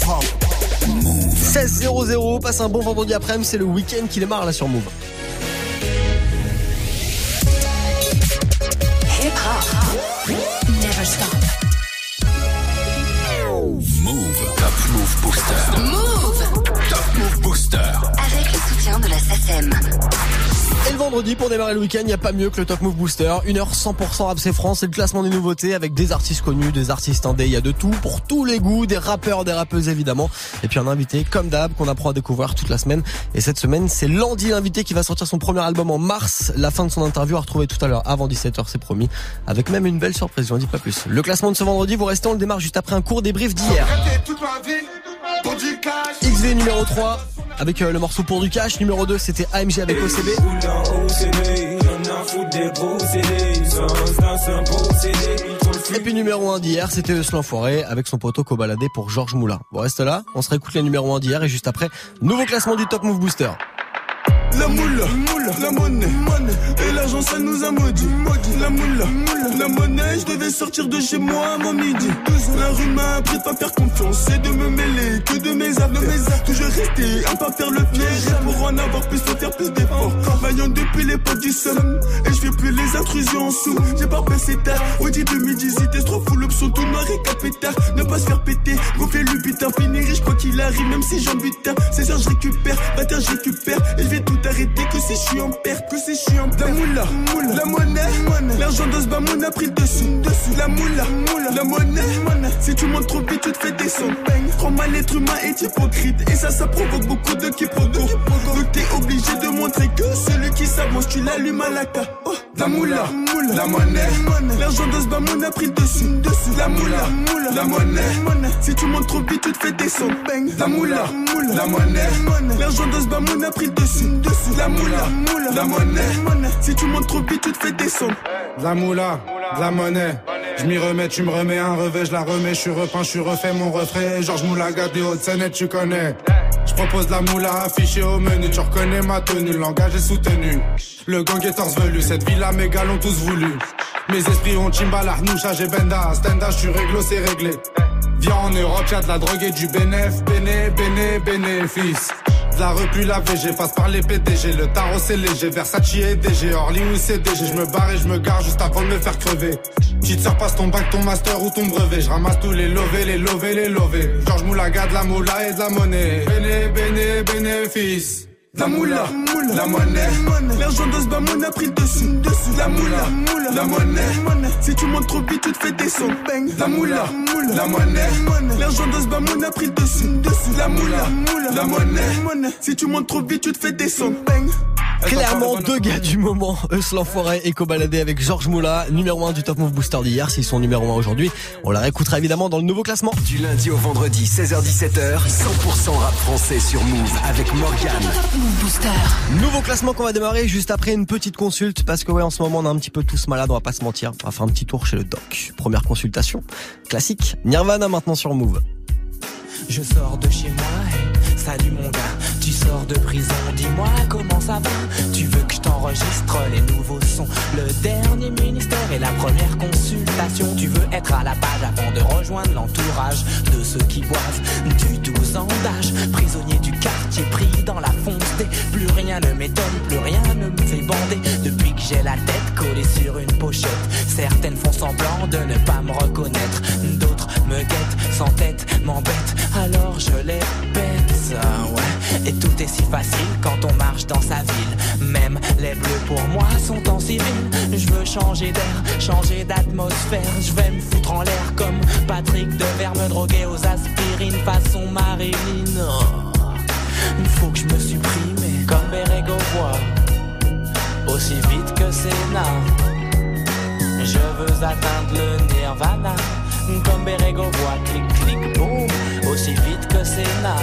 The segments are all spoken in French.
16-0-0, passe un bon vendredi après-midi, c'est le week-end qui démarre là sur Move. Hip hop, never stop. Move, Top Move Booster. Move, Top Move Booster. avec le soutien de la SACEM. Et le vendredi, pour démarrer le week-end, il n'y a pas mieux que le Top Move Booster. 1h 100% rap c'est France, c'est le classement des nouveautés avec des artistes connus, des artistes indés, il y a de tout, pour tous les goûts, des rappeurs, des rappeuses évidemment. Et puis un invité, comme d'hab, qu'on apprend à découvrir toute la semaine. Et cette semaine, c'est Landy, l'invité, qui va sortir son premier album en mars. La fin de son interview à retrouver tout à l'heure, avant 17h, c'est promis. Avec même une belle surprise, j'en dis pas plus. Le classement de ce vendredi, vous restez, on le démarre juste après un court débrief d'hier. XV numéro 3 avec le morceau Pour du cash. Numéro 2 c'était AMG avec OCB. Et puis numéro 1 d'hier c'était Eus l'Enfoiré avec son poteau Cobaladé pour Georges Moulin. Bon, reste là, on se réécoute les numéros 1 d'hier et juste après, nouveau classement du Top Move Booster. La moula, la monnaie, et l'argent ça nous a maudit. La moula, la monnaie, je devais sortir de chez moi avant midi. La rue m'a appris de pas faire confiance et de me mêler que de mes affaires. Toujours rester à pas faire le piège. Pour en avoir plus, faut faire plus d'efforts. Maillon depuis l'époque du somme, et je fais plus les intrusions en sous. J'ai pas passé tard, Audi 2018, t'es trop fou, l'option tout noir et capétard. Ne pas se faire péter, gonfler le butin, finir riche quoi qu'il arrive, même si j'en butin. 16 heures je récupère, bâtard je récupère, et je vais tout arrêter que si je suis en perte, que si je suis en perte. La moula, la monnaie, l'argent de ce bamoun a pris le dessus. La moula, la monnaie, si tu montes trop vite tu te fais descendre. Trop mal l'être humain est hypocrite, et ça provoque beaucoup de quiproquos. Donc t'es obligé de montrer que celui qui s'avance tu l'allumes à la ca. La moula, la monnaie, l'argent de ce bamoun a pris le dessus. La moula, la monnaie, si tu montes trop vite tu te fais descendre. La moula, la monnaie, l'argent de ce bamoun a pris le dessus. La moula, la monnaie, si tu montes trop vite tu te fais descendre. La moula, la monnaie, je m'y remets, tu me remets un revêt, je la remets, je suis repeint, je suis refait mon refrain. Georges Moulaga des Hauts-de-Seine, tu connais. Je propose la moula affichée au menu, tu reconnais ma tenue, le langage est soutenu. Le gang est torse velu, cette villa mes gars l'ont tous voulu. Mes esprits ont Chimbal, Arnoucha, j'ai Benda, Stenda, je suis réglo, c'est réglé. Viens en Europe, y'a de la drogue et du bénéfice. De la repu la VG, passe par les PDG, le tarot c'est léger, Versace et DG, Orly ou CDG, je me barre et je me gare juste avant de me faire crever. Petite sœur passe ton bac, ton master ou ton brevet, je ramasse tous les lovés. Georges Moulaga, de la moula et de la monnaie, bénéfice. La moula, la monnaie, l'argent de ce bamoun a pris le dessus. La moula, la monnaie, si tu montes trop vite tu te fais descendre. La moula, la monnaie, l'argent de ce bamoun a pris le dessus. La moula, la monnaie, si tu montes trop vite tu te fais descendre. Clairement, deux gars du moment, Eus l'Enfoiré et Cobaladé avec Georges Moula, numéro 1 du Top Move Booster d'hier. S'ils sont numéro 1 aujourd'hui, on la réécoutera évidemment dans le nouveau classement. Du lundi au vendredi, 16h-17h, 100% rap français sur Move avec Morgane. Move Booster. Nouveau classement qu'on va démarrer juste après une petite consulte, parce que ouais, en ce moment on est un petit peu tous malades, on va pas se mentir. On va faire un petit tour chez le doc. Première consultation, classique. Nirvana maintenant sur Move. Je sors de chez moi, hey, salut mon gars. Tu sors de prison, dis-moi comment ça va. Tu veux que je t'enregistre les nouveaux sons, le dernier ministère et la première consultation. Tu veux être à la page avant de rejoindre l'entourage de ceux qui boivent du 12 ans d'âge. Prisonnier du quartier, pris dans la fonce des. Plus rien ne m'étonne, plus rien ne me fait bander. Depuis que j'ai la tête collée sur une pochette, certaines font semblant de ne pas me reconnaître. D'autres me guettent, sans tête, m'embêtent. Alors je les pète, ouais. Et tout est si facile quand on marche dans sa ville. Même les bleus pour moi sont en civil. Je veux changer d'air, changer d'atmosphère. Je vais me foutre en l'air comme Patrick Devers, me droguer aux aspirines façon Marilyn. Il faut que je me supprime comme Bérégo voit, aussi vite que Sénat. Je veux atteindre le nirvana comme Bérégo voit, clic clic boum, aussi vite que Sénat.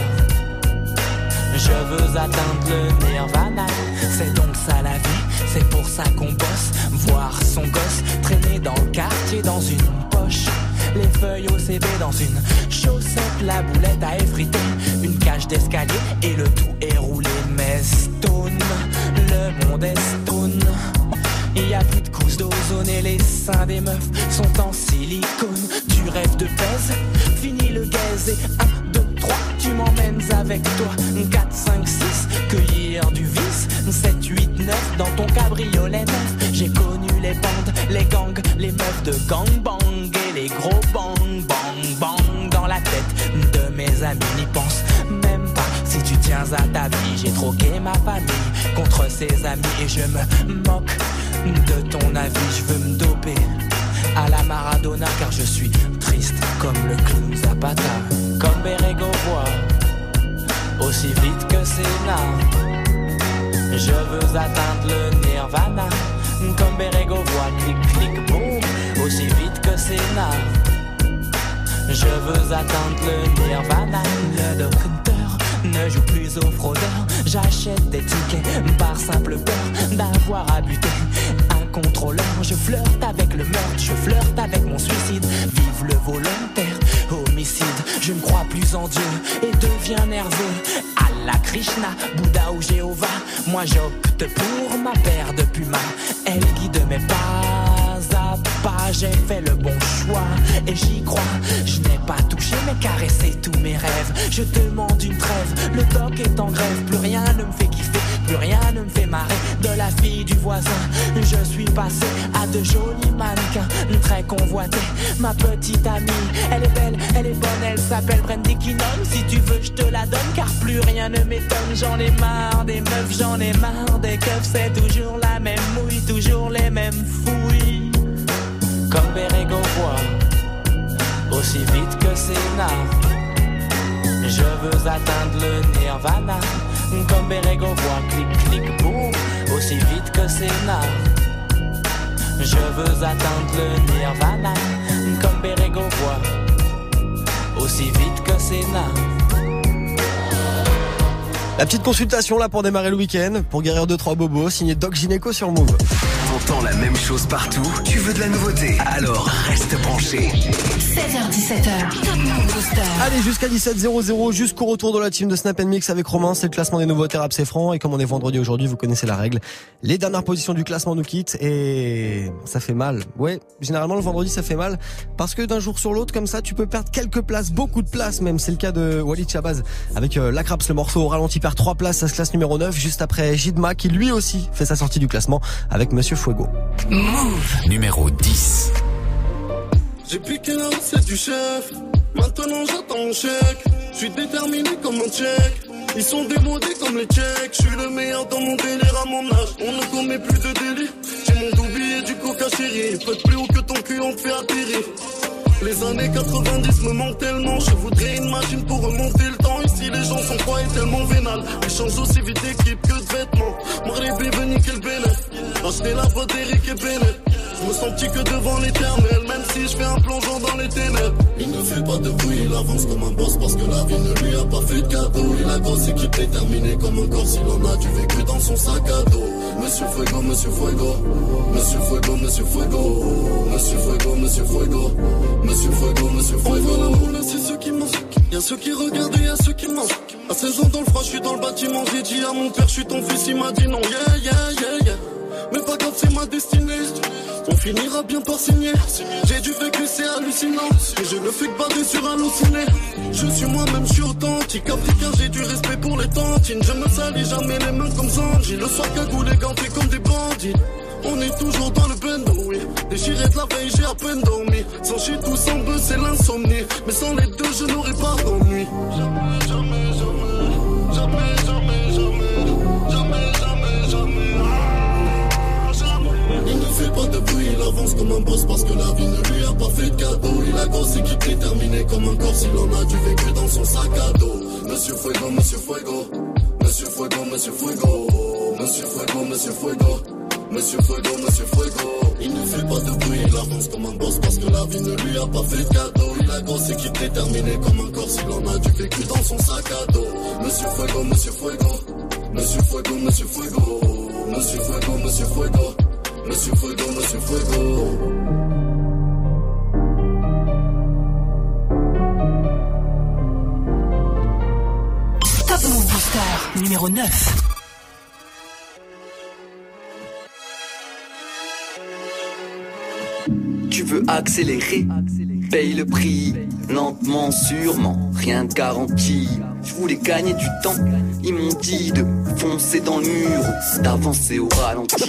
Je veux atteindre le nirvana. C'est donc ça la vie, c'est pour ça qu'on bosse. Voir son gosse traîner dans le quartier dans une poche, les feuilles OCB dans une chaussette, la boulette à effriter, une cage d'escalier et le tout est roulé. Mais stone, le monde est stone. Il y a plus de couches d'ozone et les seins des meufs sont en silicone. Tu rêves de pèse, fini le gaz et 1, 2, 3, avec toi. 4, 5, 6, cueillir du vice. 7, 8, 9, dans ton cabriolet neuf. J'ai connu les bandes, les gangs, les meufs de gangbang et les gros bang, bang, bang dans la tête de mes amis. N'y pense même pas si tu tiens à ta vie. J'ai troqué ma famille contre ses amis et je me moque de ton avis. Je veux me doper à la Maradona car je suis triste comme le clown Zapata. Comme Bérégo voit aussi vite que Sénat. Je veux atteindre le Nirvana. Comme Bérégo voit clic clic boum aussi vite que Sénat. Je veux atteindre le Nirvana. Le docteur ne joue plus aux fraudeurs. J'achète des tickets par simple peur d'avoir à buter un contrôleur. Je flirte avec le meurtre, je flirte avec mon suicide. Vive le volontaire homicide. Je ne crois plus en Dieu et deviens nerveux. Allah, Krishna, Bouddha ou Jéhovah. Moi j'opte pour ma paire de Puma. Elle guide mes pas à pas. J'ai fait le bon choix et j'y crois. Je n'ai pas touché mais caressé tous mes rêves. Je demande une trêve, le doc est en grève. Plus rien ne me fait kiffer, plus rien ne me fait marrer. De la fille du voisin, je suis passé à de jolis mannequins très convoités. Ma petite amie, elle est belle, elle est bonne, elle s'appelle Brandy Kinnon. Si tu veux je te la donne car plus rien ne m'étonne. J'en ai marre des meufs, j'en ai marre des keufs. C'est toujours la même mouille, toujours les mêmes fouilles. Comme Bérégo voit aussi vite que Sénat. Je veux atteindre le Nirvana. Comme Bérégo voit clic clic boum aussi vite que Sénat. Je veux atteindre le Nirvana. Comme Bérégo voit aussi vite que Sénat. La petite consultation là pour démarrer le week-end, pour guérir 2-3 bobos, signé Doc Gynéco sur Move. T'entends la même chose partout, tu veux de la nouveauté, alors reste branché. 16h17h, Top Move Booster. Allez, jusqu'à 17h00, jusqu'au retour de la team de Snap & Mix avec Romain, c'est le classement des nouveautés rap c'est franc. Et comme on est vendredi aujourd'hui, vous connaissez la règle. Les dernières positions du classement nous quittent et ça fait mal. Ouais, généralement le vendredi ça fait mal parce que d'un jour sur l'autre comme ça, tu peux perdre quelques places, beaucoup de places même. C'est le cas de Walid Chabaz avec La Craps, le morceau au ralenti perd 3 places, ça se classe numéro 9 juste après Jidma qui lui aussi fait sa sortie du classement avec Monsieur Fuego. Move Numéro 10. J'ai piqué la recette du chef. Maintenant j'attends mon chèque. Je suis déterminé comme un tchèque. Ils sont démodés comme les tchèques. Je suis le meilleur dans mon délire à mon âge. On ne commet plus de délits. J'ai mon doubi et du coca chéri. Peut-être plus haut que ton cul, on te fait atterrir. Les années 90 me manquent tellement. Je voudrais une machine pour remonter le temps. Ici les gens sont froids et tellement vénales. Ils changent aussi vite d'équipe que de vêtements. Marley veut niquer le bénéf. Acheter la voix d'Eric et Bennett. Je me sens petit que devant l'éternel, même si je fais un plongeon dans les ténèbres. Il ne fait pas de bruit, il avance comme un boss parce que la vie ne lui a pas fait de cadeau. Il a grosse équipe déterminée comme un corps, s'il en a du vécu dans son sac à dos. Monsieur Fuego, Monsieur Fuego, Monsieur Fuego, Monsieur Fuego, Monsieur Fuego, Monsieur Fuego, Monsieur Fuego, Monsieur Fuego. La moule, c'est ceux qui mangent. Y'a ceux qui regardent et y'a ceux qui mangent. À 16 ans dans le froid, je suis dans le bâtiment. J'ai dit à mon père, je suis ton fils, il m'a dit non. Yeah, yeah, yeah, yeah. Mais pas grave, c'est ma destinée. On finira bien par signer. J'ai du vécu, c'est hallucinant. Et je ne fais que bader sur halluciné. Je suis moi-même, je suis authentique. Africain, j'ai du respect pour les tantines. Je me salis jamais les mains comme Sanji. Le soir, cagoulé, ganté comme des bandits. On est toujours dans le bendo, oui. Déchiré de la veille, j'ai à peine dormi. Sans chier tout, sans buzz, c'est l'insomnie. Mais sans les deux, je n'aurais pas d'ennui. Jamais, jamais, jamais. Jamais, jamais, jamais. Jamais, jamais, jamais. Il ne fait pas de bruit, il avance comme un boss parce que la vie ne lui a pas fait de cadeau. Il a grosse équipe déterminée comme un corps, s'il en a du vécu dans son sac à dos. Monsieur Fuego, Monsieur Fuego, Monsieur Fuego, Monsieur Fuego, Monsieur Fuego, Monsieur Fuego, Monsieur Fuego, Monsieur Fuego. Il ne fait pas de bruit, il avance comme un boss parce que la vie ne lui a pas fait de cadeau. Il a grosse équipe déterminée comme un corps, s'il en a du vécu dans son sac à dos. Monsieur Fuego, Monsieur Fuego, Monsieur Fuego, Monsieur Fuego, Monsieur Fuego, Monsieur Fuego. Monsieur Fuego, Monsieur Fuego. Top Move Booster, numéro 9. Tu veux accélérer, paye le prix, lentement, sûrement, rien de garanti. Je voulais gagner du temps, ils m'ont dit de foncer dans le mur, d'avancer au ralenti.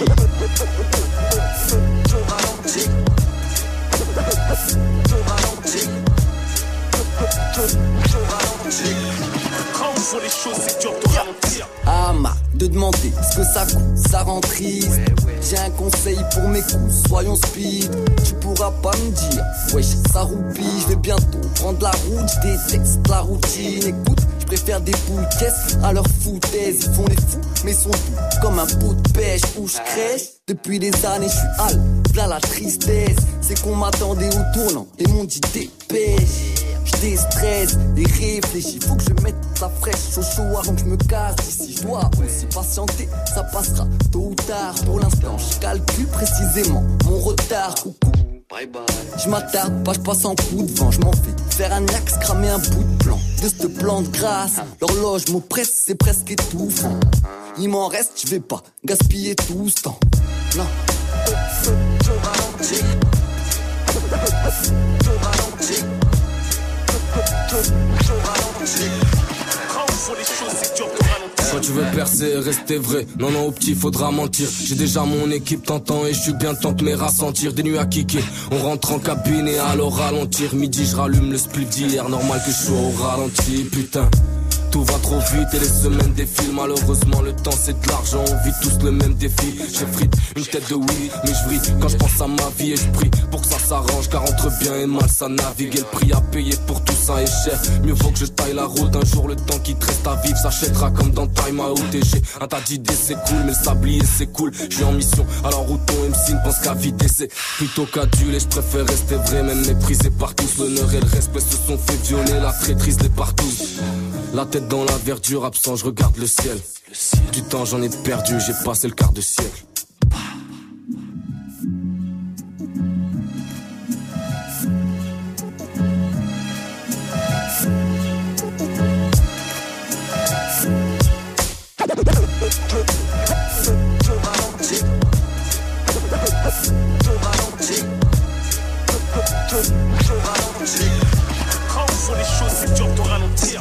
Quand les choses, c'est dur de ralentir. Ah, marre de demander ce que ça coûte, ça rend triste. J'ai un conseil pour mes coups, soyons speed. Tu pourras pas me dire, wesh, ça roupille. Je vais bientôt prendre la route, je déteste la routine. Écoute, je préfère des boules caisses à leur foutaise. Ils font les fous, mais sont doux comme un pot de pêche où je crèche. Depuis des années, je suis hal, v'là la tristesse. C'est qu'on m'attendait au tournant et m'ont dit dépêche. Je déstresse et réfléchis, faut que je mette la fraîche au chaud avant que je me casse. D'ici, je dois aussi patienter, ça passera tôt ou tard. Pour l'instant, je calcule précisément mon retard. Coucou, bye bye. Je m'attarde pas, je passe en coup de vent. Je m'en fais faire un axe, cramer un bout de plan de ce plan de grâce. L'horloge m'oppresse, c'est presque étouffant. Il m'en reste, je vais pas gaspiller tout ce temps. Non. Quand tu veux percer, rester vrai. Non, non, au petit, faudra mentir. J'ai déjà mon équipe t'entend et je suis bien temps de me rassentir. Des nuits à kicker, on rentre en cabine et alors ralentir. Midi, je rallume le split d'hier. Normal que je sois au ralenti, putain. Tout va trop vite et les semaines défilent. Malheureusement le temps c'est de l'argent, on vit tous le même défi. J'ai frite une tête de oui, mais je vrille quand je pense à ma vie et je prie pour que ça s'arrange. Car entre bien et mal ça navigue et le prix à payer pour tout ça est cher. Mieux vaut que je taille la route, un jour le temps qui te reste à vivre s'achètera comme dans Time Out. Et j'ai un tas d'idées c'est cool, mais le sablier c'est cool. Je suis en mission, alors où ton MC ne pense qu'à vider. C'est plutôt qu'aduler, je préfère rester vrai, même méprisé par tous. L'honneur et le respect se sont fait violer, la traîtrise les partout. La tête dans la verdure, absent, je regarde le ciel. Du temps j'en ai perdu, j'ai passé le quart de siècle. Quand sont les choses, c'est dur de ralentir.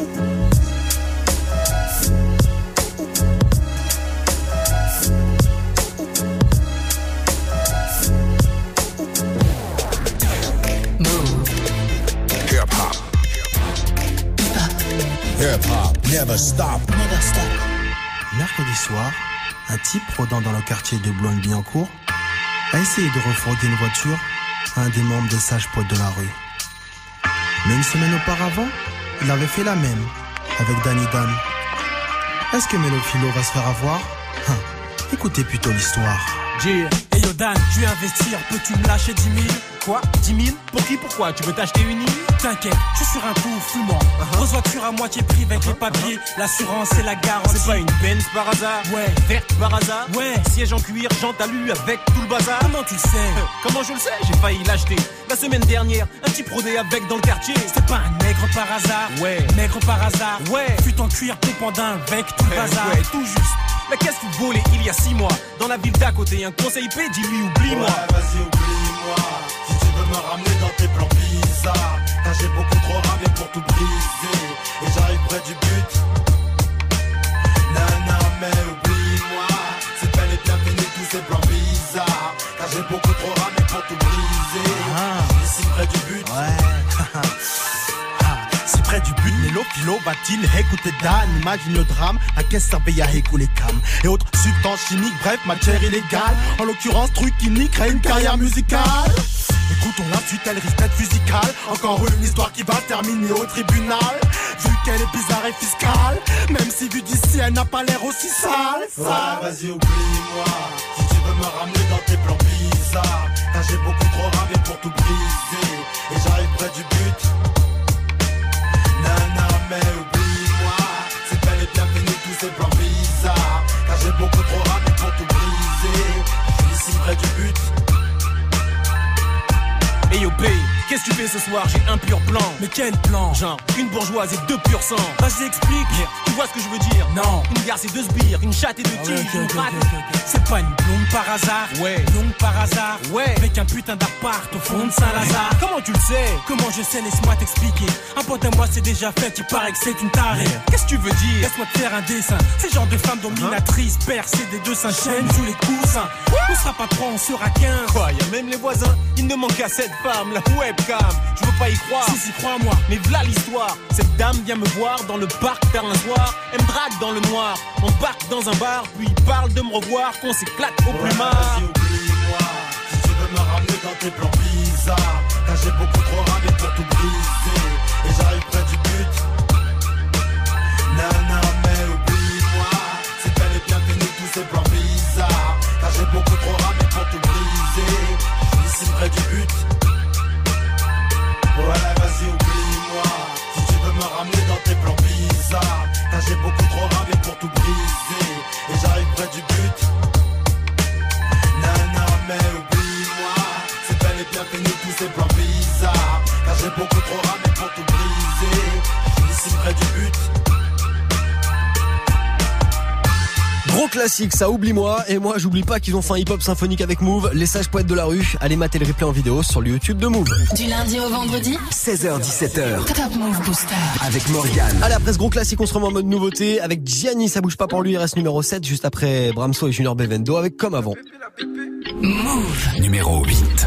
Hip-hop, never stop. Never stop. Mercredi soir, un type rôdant dans le quartier de Boulogne-Billancourt a essayé de refroidir une voiture à un des membres des sages poètes de la rue. Mais une semaine auparavant, il avait fait la même avec Danny Dan. Est-ce que Mélophilo va se faire avoir? Écoutez plutôt l'histoire. Hey yo Dan, je vais investir, peux-tu me lâcher 10 000? Quoi? 10 000? Pour qui? Pourquoi? Tu veux t'acheter une île? T'inquiète, je suis sur un coup fumant. Grosse voiture à moitié prix avec les papiers, l'assurance et la garantie. C'est pas une Benz par hasard? Ouais. Verte par hasard? Ouais. Siège en cuir, jante alu avec tout le bazar? Comment tu le sais? Comment je le sais? J'ai failli l'acheter la semaine dernière, un type rodé avec dans le quartier. C'est pas un nègre par hasard? Ouais. Nègre par hasard? Ouais. Fut en cuir pépandin avec tout le bazar. Ouais, tout juste. La caisse fut volée il y a 6 mois dans la ville d'à côté. Un conseil P, dis-lui oublie-moi. Ouais, vas-y, oublie-moi. Si tu veux me ramener dans tes plans bizarres, car j'ai beaucoup trop ramé pour tout briser. Et j'arrive près du but. Nana, mais oublie-moi. C'est bel et bien fini tous ces plans bizarres, car j'ai beaucoup trop ramé pour tout briser. Ici près du but. Ouais. Si près du but, Mélophilo va-t-il écouter Dan? Imagine le drame, la caisse servait à écouler cam et autres substances chimiques, bref, matière illégale. En l'occurrence, truc qui nie crée une carrière musicale. Écoutons la suite, elle risque d'être musicale. Encore une histoire qui va terminer au tribunal. Vu qu'elle est bizarre et fiscale, même si vu d'ici elle n'a pas l'air aussi sale. Ouais, vas-y, oublie-moi. Si tu veux me ramener dans tes plans bizarres, car j'ai beaucoup trop ramé pour tout briser. Et j'arrive près du but. Nana, mais oublie-moi. C'est bel et bien fini tous ces plans bizarres, car j'ai beaucoup trop ramé pour tout briser. Ici près du but. Hey yo B, qu'est-ce Qu'est-ce que tu fais ce soir? J'ai un pur plan. Mais quel plan? Genre, une bourgeoise et 2 pur sang. Vas-y, explique. Tu vois ce que je veux dire? Non. Une gare c'est 2 sbires, une chatte et 2 tiges, une rate. C'est pas une blonde par hasard? Ouais. Blonde par hasard? Ouais. Avec un putain d'appart au fond de Saint-Lazare. Comment tu le sais? Comment je sais, laisse-moi t'expliquer. Un pote à moi c'est déjà fait, il paraît que c'est une tarée. Qu'est-ce que tu veux dire? Laisse-moi te faire un dessin. C'est genre de femme dominatrice, percée des 2 seins, chaîne sous les coussins. On sera pas 3, on sera 15. Quoi, y'a même les voisins? Il ne manque qu'à cette femme, la webcam. Je veux pas y croire. Si, crois-moi. Mais v'là l'histoire. Cette dame vient me voir dans le parc tard un soir. Elle me drague dans le noir. On barque dans un bar, puis il parle de me revoir, qu'on s'éclate au plumard. Vas-y, oublie-moi. Si tu veux me ramener dans tes plans bizarres, car j'ai beaucoup trop ramé pour tout briser. Et j'arrive près du but. Nana, mais oublie-moi. C'est bel et bien fini tous ces plans bizarres, car j'ai beaucoup trop ramé pour tout briser. Je suis ici près du but. Ouais, vas-y, oublie-moi. Si tu veux me ramener dans tes plans bizarres, car j'ai beaucoup trop ramé pour tout briser. Et j'arrive près du but. Nana, mais oublie-moi. C'est bel et bien fini tous ces plans bizarres, car j'ai beaucoup trop ramé pour tout briser. Je suis ici près du but. Gros classique, ça, oublie-moi. Et moi, j'oublie pas qu'ils ont fait un hip-hop symphonique avec Move, les sages poètes de la rue. Allez mater le replay en vidéo sur le YouTube de Move. Du lundi au vendredi, 16h-17h. Top Move Booster. Avec Morgane. Allez, après ce gros classique, on se remet en mode nouveauté. Avec Gianni, ça bouge pas pour lui, il reste numéro 7, juste après Bramso et Junior Bevendo, avec Comme Avant. Move. Numéro 8.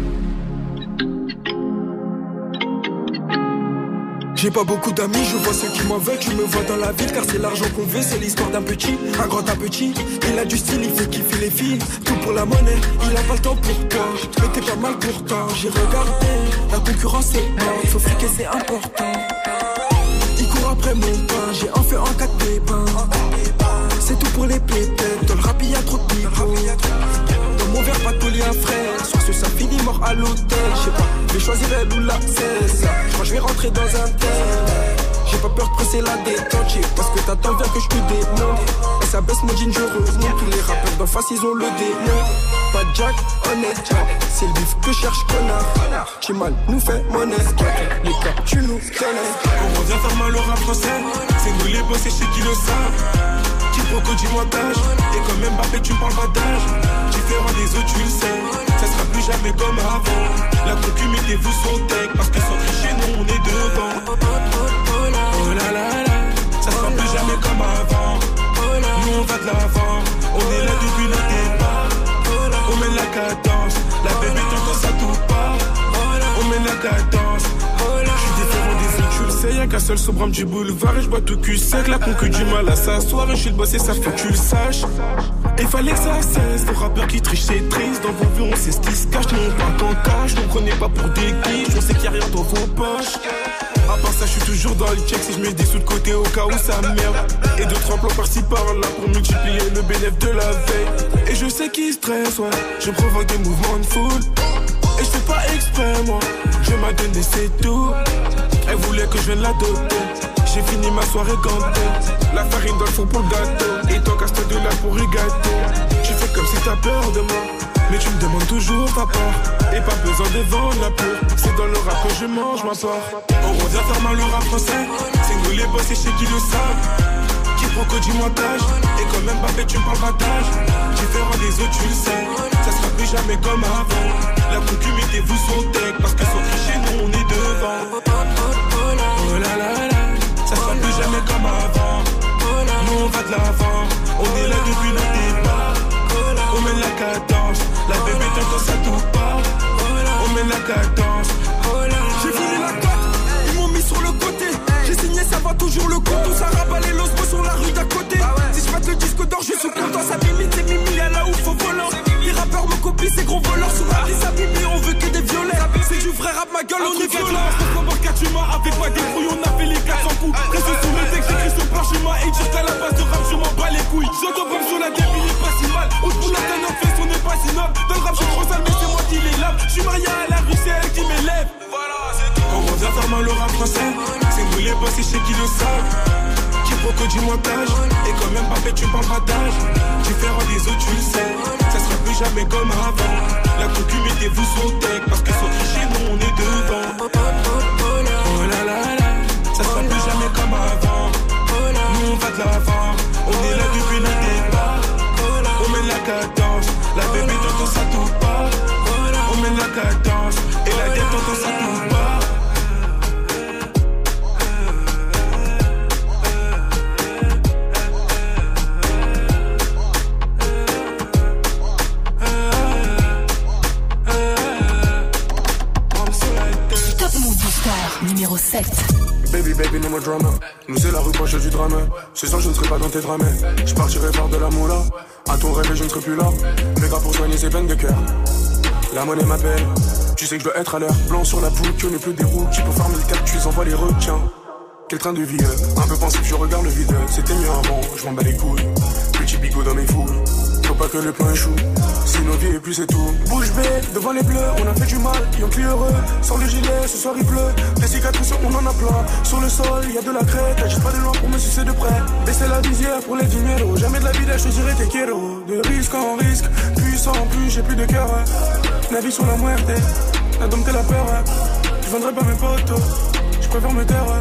J'ai pas beaucoup d'amis, je vois ceux qui m'en veulent. Je me vois dans la ville car c'est l'argent qu'on veut. C'est l'histoire d'un petit, un grand un petit. Il a du style, il fait kiffer les filles. Tout pour la monnaie, il a pas le temps pour toi. Mais t'es pas mal pourtant. J'ai regardé, la concurrence c'est haute. Faut friquer, c'est important. Il court après mon pain, j'ai en fait en 4 pépins. C'est tout pour les pépettes. Dans le rap y'a trop de pipeaux. Dans mon verre, pas de taulier, un frère. Sur ce, ça finit mort à l'hôtel. Je sais pas, je vais choisir elle ou la 16. Je crois que je vais rentrer dans un tel. J'ai pas peur de presser la détente. J'ai parce que t'attends bien que je te démonte. Et ça baisse mon jean, je remonte. Tous les rappeurs d'en face, ils ont le démon. Pas de Jack, honnête. C'est le bif que cherche, connard. J'ai mal, nous fait monnaie. Les cas, tu nous connais. On revient faire mal au rap français. C'est nous les boss et chez qui le savent. Qui proco, dis-moi d'âge. Et quand même Mbappé, tu me parles pas d'âge. Différent des autres, tu le sais. Ça sera plus jamais comme avant. La concu, mettez-vous son tech. Parce que sans tricher, nous on est devant. Oh là là là. Ça sera plus jamais comme avant. Nous on va de l'avant. On est là depuis le départ. On mène la cadence. La bébé t'entend ça tout part. On mène la cadence. Je suis différent des autres, tu le sais. Y'a qu'un seul sobrame du boulevard. Et je bois tout cul sec. La concu du mal à s'asseoir. Et je suis le boss et ça faut que tu le saches. Et fallait que ça cesse. Les rappeurs qui trichent, c'est triste. Dans vos vues, on sait ce qui se cache. Non, pas qu'en cash. Ne prenez pas pour des guiches. On sait qu'il y a rien dans vos poches. À part ça, je suis toujours dans le check. Si je mets des sous de côté au cas où ça merde. Et d'autres emplois par-ci par-là pour multiplier le bénéfice de la veille. Et je sais qu'ils stressent, ouais. Je provoque des mouvements de foule. Et je fais pas exprès, moi. Je m'ai donné, c'est tout. Elle voulait que je vienne l'adopter. J'ai fini ma soirée gantée. La farine dans le fond pour le gâteau. Et toi, casse-toi de là pour y gâter. Tu fais comme si t'as peur de moi. Mais tu me demandes toujours ta part. Et pas besoin de vendre la peur. C'est dans le rap que je mange ma part. On revient faire mal au rap français. C'est nous les boss et chez qui le savent. Qui proco, dis-moi d'âge. Et quand même Mbappé, tu me parles pas d'âge. Différent des autres, tu le sais. Ça sera plus jamais comme avant. La concu, mettez-vous son tech. Parce que sans tricher, nous on est devant. Oh là là là. Ça sera plus jamais comme avant. Nous on va de l'avant. On est là depuis le départ. On mène la cadence. La bébé t'entend ça tout part. On mène la cadence. J'ai voulu la cote, ils m'ont mis sur le côté. J'ai signé, ça va toujours le coup. Tout ça rabat les losbos sur la rue d'à côté. Si je mets le disque d'or, je suis content. Ça limite, c'est Mimi, y'a là où faut volant. Les rappeurs me copient, ces gros voleurs. Sous la vie, ça Mimi, on veut que des violets. C'est du vrai rap, ma gueule, on est violent. Tu m'as avec moi des couilles, on a fait les 400 coups. Reste sous mes textes, j'écris sur parchemin. Et dire qu'à la base de rap, je m'en bats les couilles. J'entends comme sur la débile, il est pas si mal. Au bout de la canne en face, on est pas si noble. Dans le rap, je suis trop sale, mais c'est moi qui les lave. Je suis marié à la rue, c'est elle qui m'élève. Voilà, c'est tout. On revient faire mal au rap français. C'est nous les boss et chez qui le savent. Qui Quiproquo, dis-moi d'âge. Et quand même Mbappé, tu me parleras d'âge. Différent des autres, tu le sais. Ça sera plus jamais comme avant. La concu, mettez-vous sur deck. Parce que sur chez nous, on est devant. Oh là là là. Ça sera plus jamais comme avant. Nous, on va de l'avant. On est là depuis le départ. On met la cadence. La bébé t'entend ça tout pas. On met la cadence. Et la tête t'entend ça tout pas. Numéro 7. Baby, no more drama. Nous c'est la rue proche du drame. Ce soir je ne serai pas dans tes drames. Je partirai faire de la moula. À ton réveil je ne serai plus là. Les gars pour soigner ses peines de cœur. La monnaie m'appelle. Tu sais que je dois être à l'heure. Blanc sur la poule, que n'est plus des roues. Qui pour farmer le cap, tu envoies les requins. Quel train de vie, un peu pensif, je regarde le vide. C'était mieux avant, je m'en bats les couilles. Petit bigot dans mes fouilles. Faut pas que le pain échoue. Si nos vies et puis c'est tout. Bouche bée, devant les bleus, on a fait du mal, Yankee heureux. Sans le gilet, ce soir il pleut. Des cicatrices, on en a plein. Sur le sol, y a de la crête. Agite pas de loin pour me sucer de près. Baisser la visière pour les dinero. Jamais de la vie, je choisirai tes kéros. De risque en risque, puissant en plus, j'ai plus de cœur. Navigue sur la muerte, la dompté la peur. Je vendrai pas mes potes, je préfère me taire.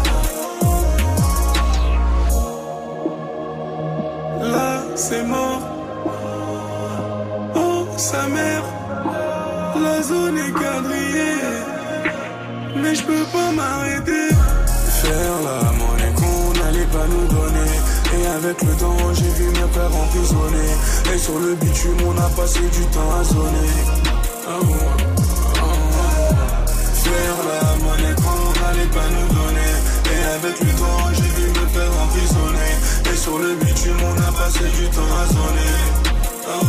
Là, c'est mort. Oh, sa mère. La zone est quadrillée. Mais je peux pas m'arrêter. Faire la monnaie qu'on n'allait pas nous donner. Et avec le temps, j'ai vu mes pères emprisonnés. Et sur le bitume, on a passé du temps à zoner. Faire la monnaie qu'on n'allait pas nous donner. Et avec le temps, j'ai vu me faire emprisonner. Et sur le bitume, on a passé du temps à zoner.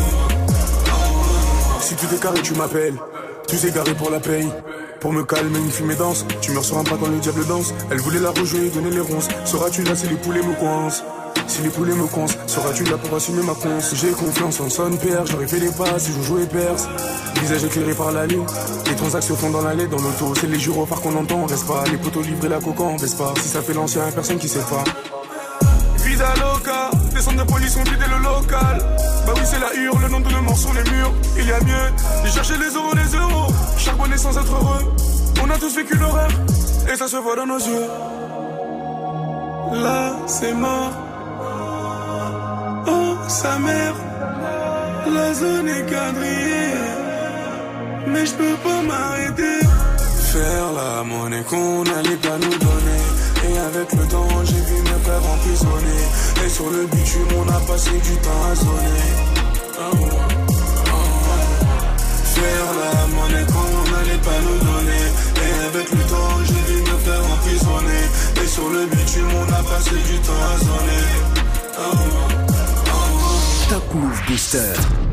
Si tu t'es carré, tu m'appelles. Tu t'es garé pour la paye. Pour me calmer, une fumée danse. Tu meurs sur un pas quand le diable danse. Elle voulait la rejouer, donner les ronces. Seras-tu là si les poulets me coincent? Si les poulets me coincent, seras-tu là pour assumer ma conce? J'ai confiance en son père, j'aurais fait les passes, je joue et perce. Visage éclairé par la lune, les transactions font dans l'allée, dans l'auto. C'est les gyrophares qu'on entend, on reste pas. Les poteaux livrés la coca, on baisse pas. Si ça fait l'ancien, personne qui sait pas. Vida loca, les centres de police ont vidé le local. Bah oui c'est la hure, le nom de nos morts sur les murs. Il y a mieux, j'ai cherché les euros. Charbonner sans être heureux. On a tous vécu l'horreur, et ça se voit dans nos yeux. Là c'est mort. Oh sa mère. La zone est quadrillée. Mais je peux pas m'arrêter. Faire la monnaie qu'on n'allait pas nous donner. Et avec le temps, j'ai vu mes pères emprisonnés. Et sur le bitume, on a passé du temps à zoner. Faire la monnaie qu'on n'allait pas nous donner. Et avec le temps, j'ai vu mes pères emprisonnés. Et sur le bitume, on a passé du temps à zoner. Top Move Booster.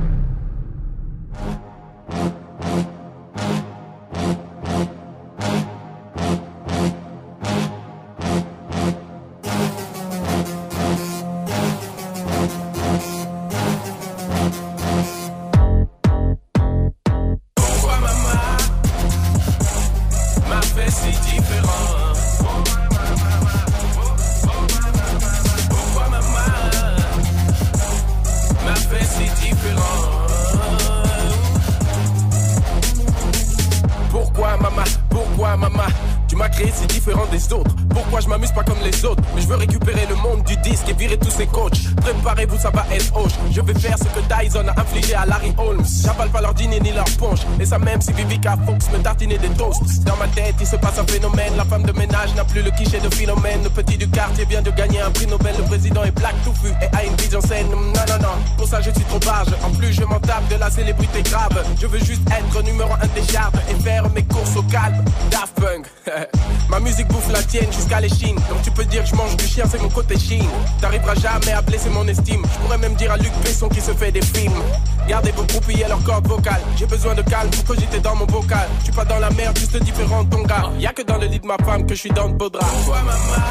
C'est différent des autres. Pourquoi je m'amuse pas comme les autres? Mais je veux récupérer le monde du disque et virer tous ces coachs. Préparez-vous, ça va être hoche. Je vais faire ce que Dyson a infligé à Larry Holmes. J'avale pas leur dîner ni leur ponche. Et ça même si Vivica Fox me tartinait des toasts. Dans ma tête il se passe un phénomène. La femme de ménage n'a plus le cliché de Philomène. Le petit du quartier vient de gagner un prix Nobel. Le président est black touffu et a une vision saine. Non, pour ça je suis trop barge. En plus je m'en tape de la célébrité grave. Je veux juste être numéro 1 des charts et faire mes courses au calme. Daft Punk. Ma musique bouffe la tienne jusqu'à l'échine. Donc tu peux dire que je mange du chien, c'est mon côté chine. T'arriveras jamais à blesser mon estime. Je pourrais même dire à Luc Besson qui se fait des films. Gardez vos groupes et leurs cordes vocales. J'ai besoin de calme pour cogiter dans mon bocal. Je suis pas dans la merde, juste différent de ton gars. Y'a que dans le lit de ma femme que je suis dans le beau drap. Pourquoi maman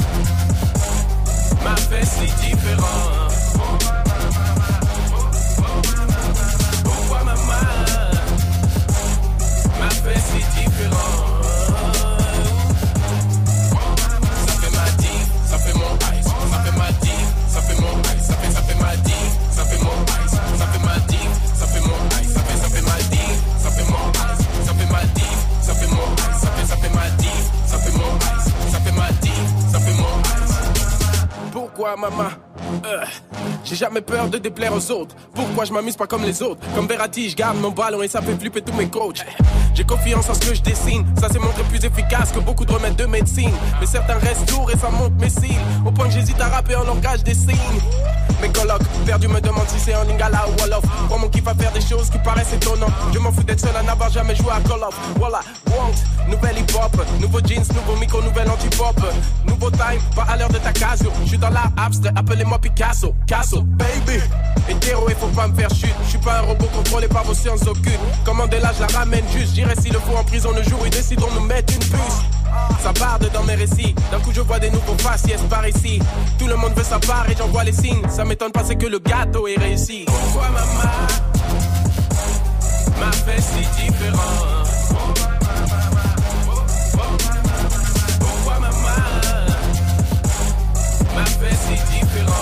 m'a fait si différent? Pourquoi maman m'a fait si différent? Ça fait ma dive, ça fait mon ice. pourquoi maman j'ai jamais peur de déplaire aux autres. Pourquoi je m'amuse pas comme les autres? Comme Verratti, je garde mon ballon et ça fait flipper tous mes coachs. J'ai confiance en ce que je dessine. Ça s'est montré plus efficace que beaucoup de remèdes de médecine. Mais certains restent lourds et ça monte mes cils. Au point que j'hésite à rapper en langage des signes. Mes colocs perdus me demandent si c'est en lingala ou wolof. Pour mon kiff à faire des choses qui paraissent étonnantes. Je m'en fous d'être seul à n'avoir jamais joué à Call of. Voilà, want, nouvelle hip-hop. Nouveau jeans, nouveau micro, nouvelle anti-pop. Nouveau time, pas à l'heure de ta casio. J'suis dans l'art abstrait, appelez-moi Picasso. Casso, baby. Hétéro et faut pas me faire chute. J'suis pas un robot contrôlé par vos sciences occultes. Commandez-la, je la ramène juste. J'irai s'il le faut en prison le jour où ils décideront de nous mettre une puce. Ça barde dans mes récits. D'un coup je vois des nouveaux faciès par ici. Tout le monde veut sa part et j'en vois les signes. Ça m'étonne pas, c'est que le gâteau est réussi. Pourquoi maman m'a fait si différent? Pourquoi maman m'a fait si différent?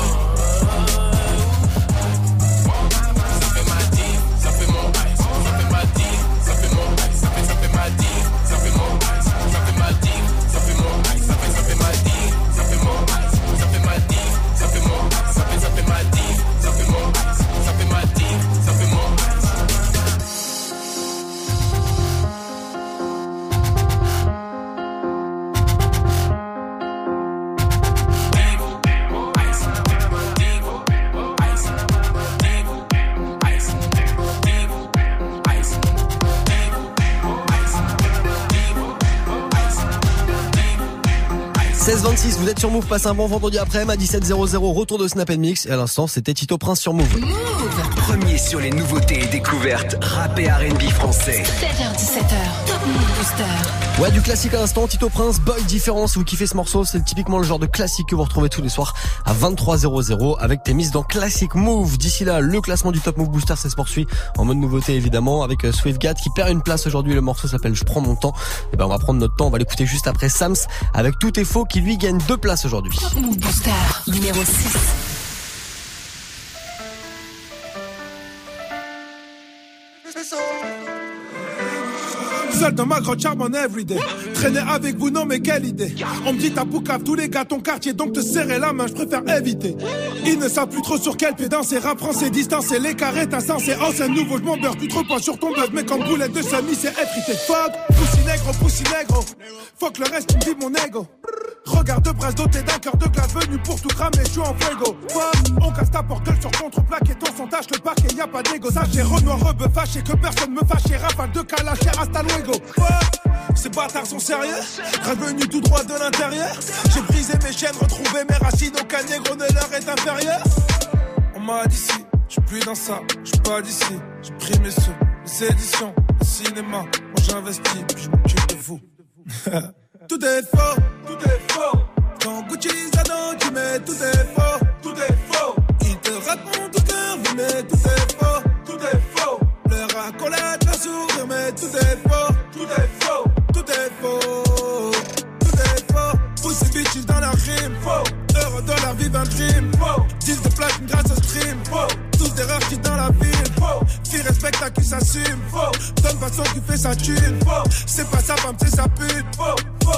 Ça fait ma dive, ça fait mon ice. Ça fait ma dive, ça fait mon ice. Ça fait ma dive, ça fait mon ice. Ça fait ma dive, ça fait mon ice. Ça fait ma dive, ça fait mon ice. Ça fait ma dive, ça fait mon ice. Ça fait ma dive, ça fait mon ice. Ça fait ma dive, ça fait mon ice. Vous êtes sur Move, passe un bon vendredi après-midi à 17h00, retour de Snap & Mix. Et à l'instant, c'était Tito Prince sur Move. Premier sur les nouveautés et découvertes rap et R&B français. 7h17h, Top Move Booster. Ouais, du classique à l'instant, Tito Prince, Boy Différent. Si vous kiffez ce morceau, c'est typiquement le genre de classique que vous retrouvez tous les soirs à 23h00 avec tes mises dans Classic Move. D'ici là, le classement du Top Move Booster, ça se poursuit en mode nouveauté évidemment avec Swiftgat qui perd une place aujourd'hui. Le morceau s'appelle Je prends mon temps. Et ben on va prendre notre temps, on va l'écouter juste après Sams avec Tout est faux qui lui gagne 2 places aujourd'hui. Top Move Booster numéro 6. Seul dans ma grotte charbonne everyday. Traîner avec vous, non mais quelle idée. On me dit t'as poucave tous les gars ton quartier, donc te serrer la main, je préfère éviter. Ils ne savent plus trop sur quel pied danser. Rap français distancé, les carrés insensés. Oh c'est nouveau, je m'embeurre plus trop pas sur ton buzz. Mais comme boulette de semi c'est effrité. Fuck, poussi négro. Fuck le reste, tu me vis mon ego. Regarde de brasse doté d'un cœur de glace venu pour tout cramer, je suis en fuego. On casse ta porte gueule sur contre-plaque et ton son tâche le parc et y a pas d'égo. Sachez Renoir rebeu fâché que personne me fâche. Rafale de calache hasta luego. Ces bâtards sont sérieux, revenu tout droit de l'intérieur. J'ai brisé mes chaînes, retrouvé mes racines. Aucun négro ne leur est inférieur. On m'a dit si, j'suis plus dans ça, j'suis pas d'ici. J'ai pris mes sous, les éditions, le cinéma. Moi j'investis, puis j'm'occupe de vous. Tout est faux, tout est faux. Quand Gucci Zano, tu mets tout est faux, tout est faux. Ils te racontent tout cœur, oui, mais tout est faux, tout est faux. Leur accolade, la sourire, mais tout est faux, tout est faux, tout est faux, tout est faux. Poussez bitches dans la rime, faux. Heureux dans la vie, un dream, faux. 10 de platine grâce au stream, faux. Tous des rares qui dans la ville, faux. Fille respecte à qui s'assume, faux. Donne façon qui fait sa thune, faux. C'est pas sa femme, c'est sa pute, faux.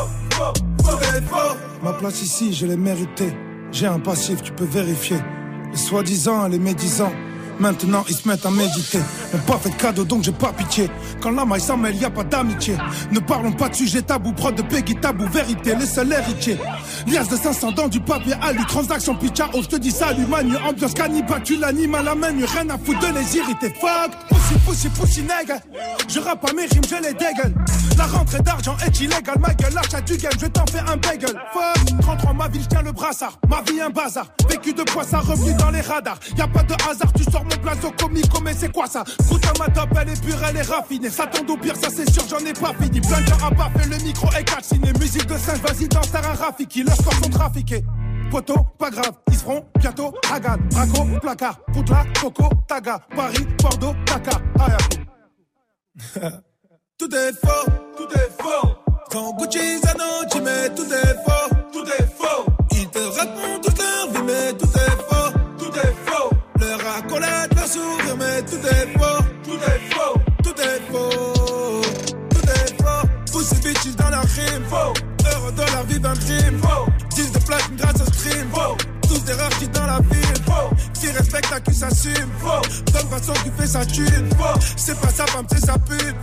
Ma place ici, je l'ai méritée. J'ai un passif, tu peux vérifier. Les soi-disant, les médisants, maintenant ils se mettent à méditer. N'ont pas fait de cadeau donc j'ai pas pitié. Quand la maille s'en mêle, y a pas d'amitié. Ne parlons pas de sujet tabou, prod de Peggy tabou, vérité, les seuls héritiers. Liasse de 500 dans du papier alu, transaction pitcha, oh je te dis salut manu, ambiance cannibale, tu l'animes à la main, rien à foutre de les irriter. Fuck, pussy nègre. Je rappe à mes rimes, je les dégueule. La rentrée d'argent est illégale, ma gueule, l'achat du game, je t'en fais un bagel. Fuck, 33 ma ville, je tiens le brassard. Ma vie un bazar, vécu de quoi ça, revenu dans les radars. Y'a pas de hasard, tu sors mon blason comico, mais c'est quoi ça? Goûte à ma top, elle est pure, elle est raffinée. Ça tombe au pire, ça c'est sûr, j'en ai pas fini. Plein de gens à pas fait le micro et calciné. Musique de singe, vas-y, danse, t'as un Rafiki. Leurs corps sont trafiqués. Poto, pas grave, ils seront bientôt Hagan, Braco, placard, Poutla, Coco, Taga, Paris, Bordeaux, Dakar, Ayaku. Tout est faux, tout est faux. Quand Gucci Zano, tu mets tout est faux, tout est faux. Ils te racontent toute leur vie, mais tout est faux, tout est faux. Leur accolade, leur sourire, mais tout est faux, tout est faux, tout est faux, tout est faux. Poussez bitches dans la rime, faux. Heureux dans la vie d'un crime, faux. 10 de platine grâce au stream, faux. tous des rares qui dans la ville. Qui respecte à qui s'assume. De toute façon tu fais sa thune. C'est pas sa femme, c'est sa pute.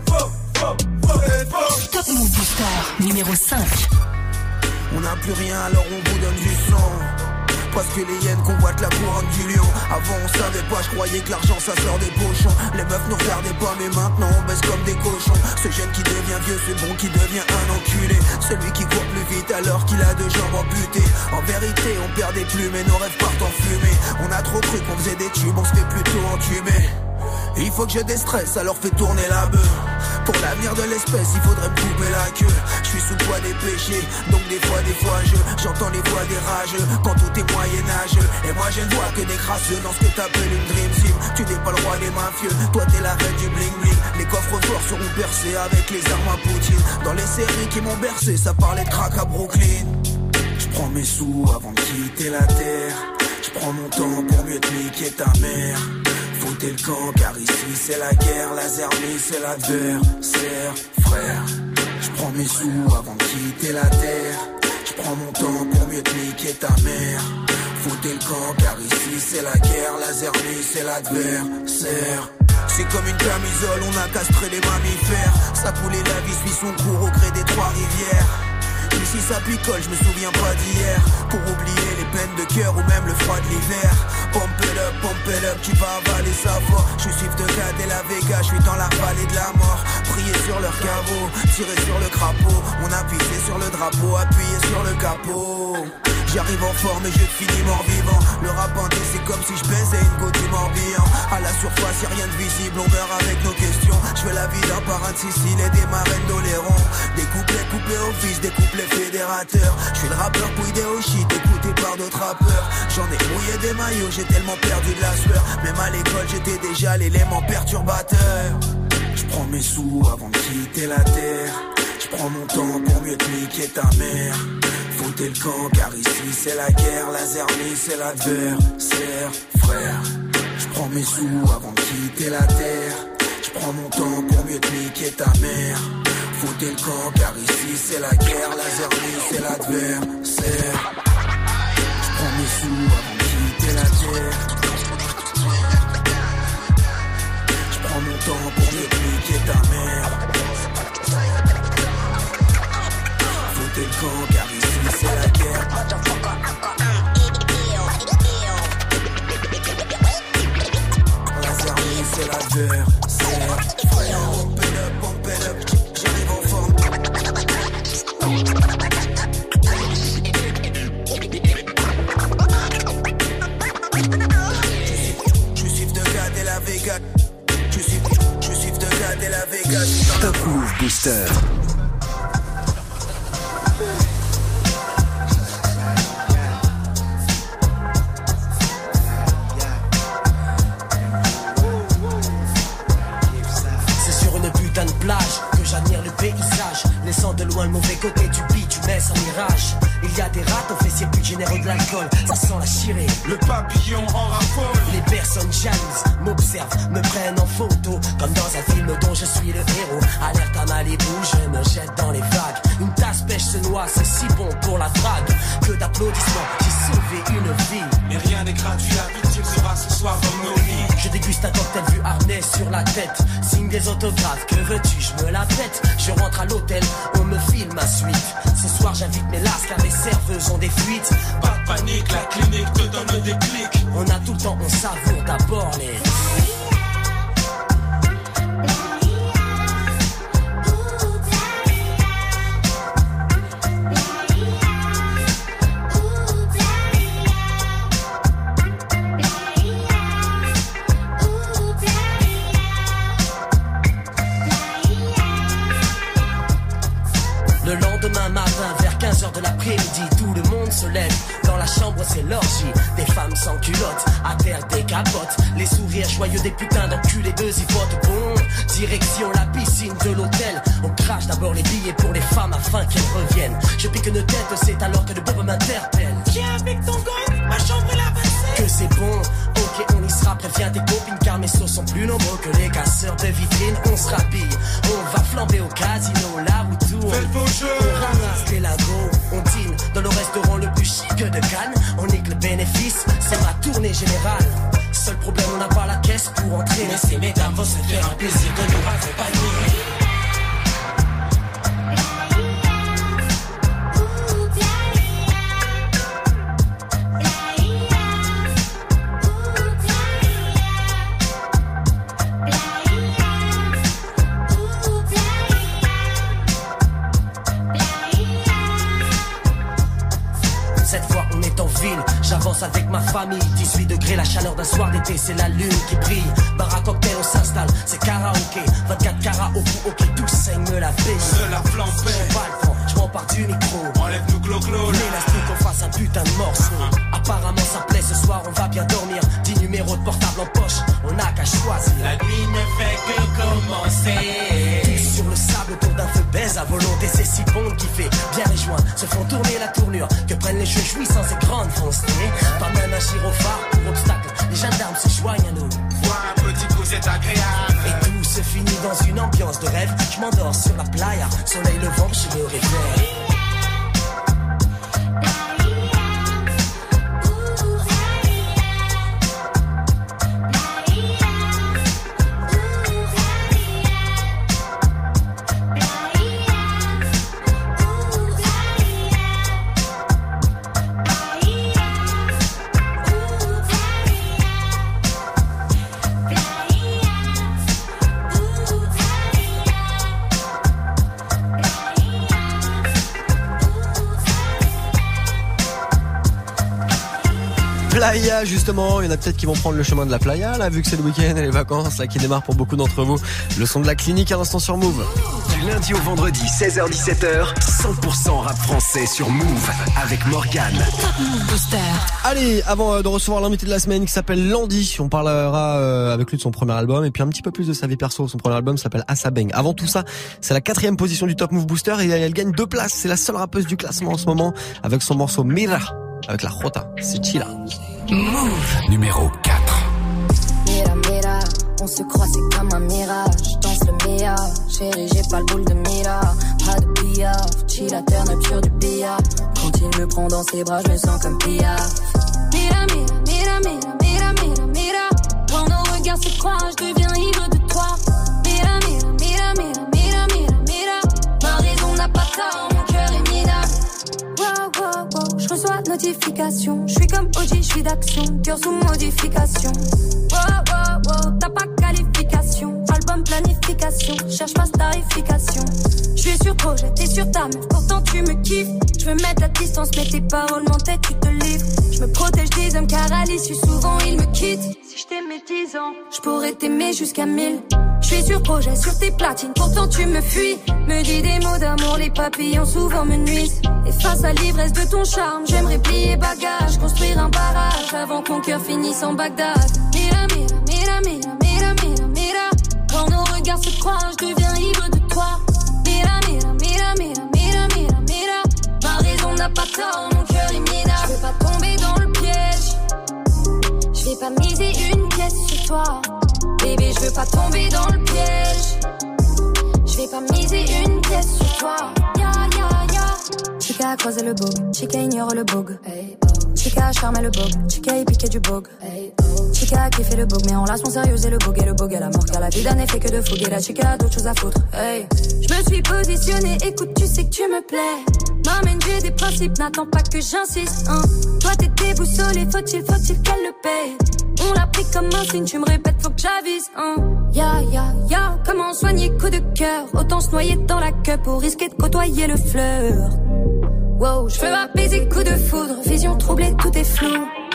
Top Move Booster numéro 5. On n'a plus rien alors on vous donne du sang. Parce que les hyènes convoitent la couronne du lion. Avant on savait pas, je croyais que l'argent ça sort des pochons. Les meufs nous regardaient pas mais maintenant on baisse comme des cochons. Ce jeune qui devient vieux, c'est bon qui devient un enculé. Celui qui court plus vite alors qu'il a 2 jambes amputées. En vérité on perdait plus mais nos rêves partent en fumée. On a trop cru qu'on faisait des tubes, on se fait plutôt entuber. Il faut que je déstresse, alors fais tourner la bœuf. Pour l'avenir de l'espèce, il faudrait me couper la queue. Je suis sous le poids des péchés, donc des fois j'entends les voix des rageux. Quand tout est moyenâgeux, et moi je ne vois que des crasseux dans ce que t'appelles une dream team. Tu n'es pas le roi des mafieux, toi t'es la reine du bling bling. Les coffres forts seront percés avec les armes à Poutine. Dans les séries qui m'ont bercé, ça parlait de crack à Brooklyn. Je prends mes sous avant de quitter la terre. Je prends mon temps pour mieux te niquer ta mère. Foutez le camp car ici c'est la guerre. La zermie c'est l'adversaire, frère. Je prends mes sous avant de quitter la terre. Je prends mon temps pour mieux te niquer ta mère. Foutez le camp car ici c'est la guerre. La zermie c'est l'adversaire. C'est comme une camisole, on a castré les mammifères. Ça coulait la vie suit son cours au gré des 3 rivières. Ici ça picole, je me souviens pas d'hier. Pour oublier les peines de cœur ou même le froid de l'hiver. Pump it up, tu vas avaler sa voix. Je suis Swift de Gad et la Vega, je suis dans la vallée de la mort. Prier sur leur caveau, tirer sur le crapaud. On a pissé sur le drapeau, appuyé sur le capot. J'arrive en forme et je finis mort vivant. Le rap indé c'est comme si je baisais une goutte du Morbihan. À la surface y'a rien de visible, on meurt avec nos questions. Je fais la vie d'un parrain de Sicile et des marraines d'Oléron. Des couplets coupés au fils, des couplets fédérateurs. Je suis le rappeur pouillé au shit, écouté par d'autres rappeurs. J'en ai mouillé des maillots, j'ai tellement perdu de la sueur. Même à l'école j'étais déjà l'élément perturbateur. Je prends mes sous avant de quitter la terre. Je prends mon temps pour mieux te niquer ta mère. Foutez le camp car ici c'est la guerre. La zermie c'est l'adversaire, frère. Je prends mes sous avant de quitter la terre. Je prends mon temps pour mieux te niquer ta mère. Foutez le camp car ici c'est la guerre. La zermie c'est l'adversaire. Je prends mes sous avant de quitter la terre. Je prends mon temps pour mieux te niquer ta mère. Foutez le camp car ici c'est la guerre. La zermie c'est l'adversaire. Pump it up, j'arrive en forme. Je suis de Gad et la Vega. Je suis de Gad et la Vega. Top Move Booster. J'admire le paysage, laissant de loin le mauvais côté du bitume sans mirage. Il y a des rats au fessier plus généreux de l'alcool. Ça sent la chirée, le papillon en raffole. Les personnes jalouses m'observent, me prennent en photo, comme dans un film dont je suis le héros. Alerte à Malibu, je me jette dans les vagues. Une tasse pêche se noie, c'est si bon pour la drague. Que d'applaudissements, j'ai sauvé une vie. Mais rien n'est gratuit, la victime sera ce soir dans nos lits. Je déguste un cocktail vu harnais sur la tête. Signe des autographes, que veux-tu, je me la pète. Je rentre à l'hôtel, on me filme ma suite. Ce soir j'invite mes lasses car les serveuses ont des fuites. Pas de panique, la clinique te donne des clics. On a tout le temps, on savoure d'abord les... Le lendemain matin, vers 15h de l'après-midi, tout le monde se lève. Dans la chambre, c'est l'orgie. Des femmes sans culottes, à terre des capotes. Les sourires joyeux des putains d'enculés de zipotes. Bon, direction la piscine de l'hôtel. On crache d'abord les billets pour les femmes afin qu'elles reviennent. Je pique une tête, c'est alors que le bob m'interpelle. Viens avec ton gang, ma chambre est la vaisselle. Que c'est bon, ok, on y sera. Préviens tes copines car mes sauts sont plus nombreux que les casseurs de vitrines. On se rhabille, on va flamber au casino, là où tout. Fais le beau jeu. On ramasse les lingots, on dîne dans le restaurant le plus chic de Cannes. On nique le bénéfice, c'est ma tournée générale. Seul problème, on n'a pas la caisse pour entrer. Mais ces mesdames vont se faire un plaisir de nous accompagner. J'avance avec ma famille, 18 degrés, la chaleur d'un soir d'été, c'est la lune qui brille. Bar à cocktail, on s'installe, c'est karaoké. 24 carats au cou, ok, tout saigne la baie. Se la flambée, j'ai pas le temps, je m'empare du micro. Enlève-nous clo-clo, l'élastique, qu'on fasse un putain de morceau. Apparemment ça plaît, ce soir on va bien dormir. 10 numéros de portable en poche, on n'a qu'à choisir. La nuit ne fait que commencer. Tous sur le sable autour d'un feu baise à volonté. Ces 6 bondes qui fait bien les joints se font tourner la tournure. Que prennent les jeux jouissants ces grandes foncées. Pas même un gyrophare pour obstacle, les gendarmes se joignent à nous. Voir un petit coup c'est agréable. Et tout se finit dans une ambiance de rêve. Je m'endors sur la playa, soleil levant, je me réveille. Playa, justement, il y en a peut-être qui vont prendre le chemin de la playa, là, vu que c'est le week-end et les vacances, là, qui démarrent pour beaucoup d'entre vous. Le son de la clinique à l'instant sur Move. Du lundi au vendredi, 16h-17h, 100% rap français sur Move, avec Morgane. Booster. Allez, avant de recevoir l'invité de la semaine qui s'appelle Landy, on parlera avec lui de son premier album et puis un petit peu plus de sa vie perso. Son premier album s'appelle Asabeng. Avant tout ça, c'est la 4e position du Top Move Booster et elle gagne 2 places. C'est la seule rappeuse du classement en ce moment avec son morceau Mira. Avec la Jota, c'est Chila. Move. Numéro 4. Mira, mira, on se croit, c'est comme un mirage. Danse le Mia, chérie, j'ai pas le boule de Mira. Pas de billard, Chila, turn sur du billard. Quand il me prend dans ses bras, je me sens comme Pia. Mira, mira, mira, mira, mira, mira, mira. Quand nos regards se croisent, je deviens ivre de toi. Mira, mira, mira, mira, mira, mira, mira. Ma raison n'a pas tort, mon cœur est minable. Wow, wow, wow, je reçois notification. Je suis comme OG, je suis d'action, cœur sous modification. Wow, wow, wow, t'as pas qualification. Album planification, cherche pas starification. Je suis sur projet, t'es sur ta meuf, pourtant tu me kiffes. Je veux mettre la distance, mais tes paroles m'entêtent, tu te livres. Je me protège des hommes car à l'issue souvent ils me quittent. Si je t'aimais 10 ans, je pourrais t'aimer jusqu'à 1000. Je suis sur projet, sur tes platines, pourtant tu me fuis. Me dis des mots d'amour, les papillons souvent me nuisent. Et face à l'ivresse de ton charme, j'aimerais plier bagage, construire un barrage avant que mon cœur finisse en Bagdad. Mira, mira, mira, mira, mira, mira, mira. Quand nos regards se croisent, je deviens ivre de toi. Mira, mira, mira, mira, mira, mira, mira. Ma raison n'a pas tort, mon cœur est minable. Je veux pas tomber dans le piège. Je vais pas miser une pièce sur toi. Bébé, je veux pas tomber dans le piège. Je vais pas miser une pièce sur toi. Ya, ya, ya. Chica a croisé le bog, Chica ignore le bog. Hey, oh. Chica a charmé le bog, Chica a piqué du bog. Hey, oh. Chica a kiffé le bog, mais en relation sérieuse et le bog à la mort. Car la vie d'un effet que de fougue et la chica a d'autres choses à foutre. Hey. Je me suis positionnée, écoute, tu sais que tu me plais. M'amène, j'ai des principes, n'attends pas que j'insiste. Hein. Toi t'es déboussolé, faut-il qu'elle le paye. On l'a pris comme un signe, tu me répètes, faut que j'avise. Hein. Ya, ya, ya, comment soigner coup de cœur. Autant se noyer dans la queue pour risquer de côtoyer le fleur. Wow, je veux apaiser coup de foudre, vision troublée, tout est flou.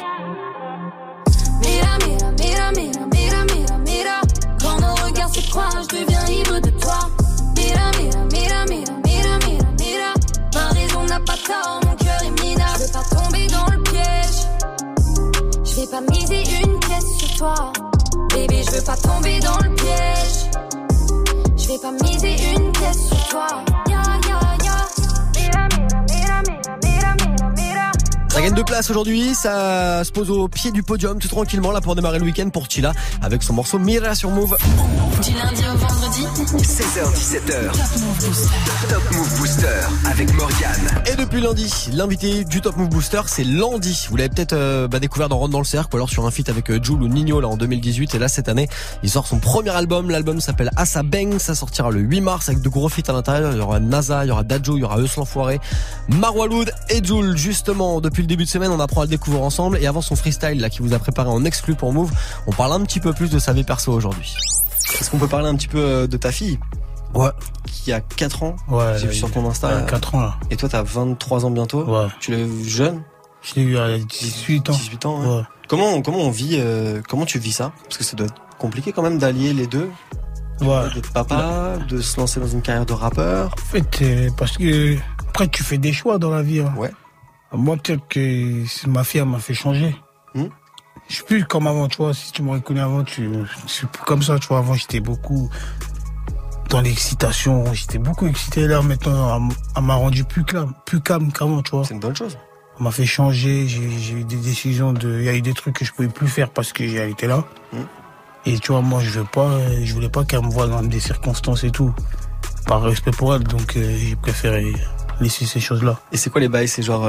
Mira, mira, mira, mira, mira, mira, mira. Quand nos regards se croisent, je deviens ivre de toi. Mira, mira, mira, mira, mira, mira, mira. Ma raison n'a pas tort, mon cœur est minable. Je veux pas tomber dans le piège. Je vais pas miser une pièce sur toi. Bébé, je veux pas tomber dans le piège. Je vais pas miser une pièce sur toi. Ya, ya, ya. Mira, mira, mira, mira, mira, mira. Ça gagne 2 places aujourd'hui, ça se pose au pied du podium tout tranquillement là pour démarrer le week-end pour Chila avec son morceau Mira sur Move. Du lundi au vendredi 16h17h Top Move Booster avec Morgane. Et depuis lundi, l'invité du Top Move Booster c'est Landy. Vous l'avez peut-être découvert dans Rentre dans le Cercle ou alors sur un feat avec Jul ou Nino là en 2018 et là cette année il sort son premier album. L'album s'appelle Assa Bang, ça sortira le 8 mars avec de gros feats à l'intérieur. Il y aura NASA, il y aura Dadjo, il y aura Eus l'Enfoiré, Marwaloud et Jul. Justement depuis le début de semaine on apprend à le découvrir ensemble et avant son freestyle là qui vous a préparé en exclu pour Move, on parle un petit peu plus de sa vie perso aujourd'hui. Est-ce qu'on peut parler un petit peu de ta fille? Ouais. Qui a 4 ans. Ouais. J'ai vu sur ton Insta. 4 ans là. Et toi t'as 23 ans bientôt. Ouais. Tu l'as vu jeune? Je l'ai eu à 18 ans. 18 ans, ouais. Ouais. Comment on vit, comment tu vis ça? Parce que ça doit être compliqué quand même d'allier les deux. Ouais. D'être papa, de se lancer dans une carrière de rappeur. En fait, parce que après tu fais des choix dans la vie. Hein. Ouais. Moi peut-être que ma fille elle m'a fait changer. Je suis plus comme avant, tu vois. Si tu m'aurais connu avant, je suis plus comme ça, tu vois. Avant j'étais beaucoup dans l'excitation, j'étais beaucoup excité. Là maintenant, elle m'a rendu plus calme qu'avant, tu vois. C'est une bonne chose. On m'a fait changer, j'ai eu des décisions il y a eu des trucs que je pouvais plus faire parce que elle était là. Et tu vois, moi je voulais pas qu'elle me voie dans des circonstances et tout. Par respect pour elle, donc j'ai préféré laisser ces choses-là. Et c'est quoi les bails? C'est genre,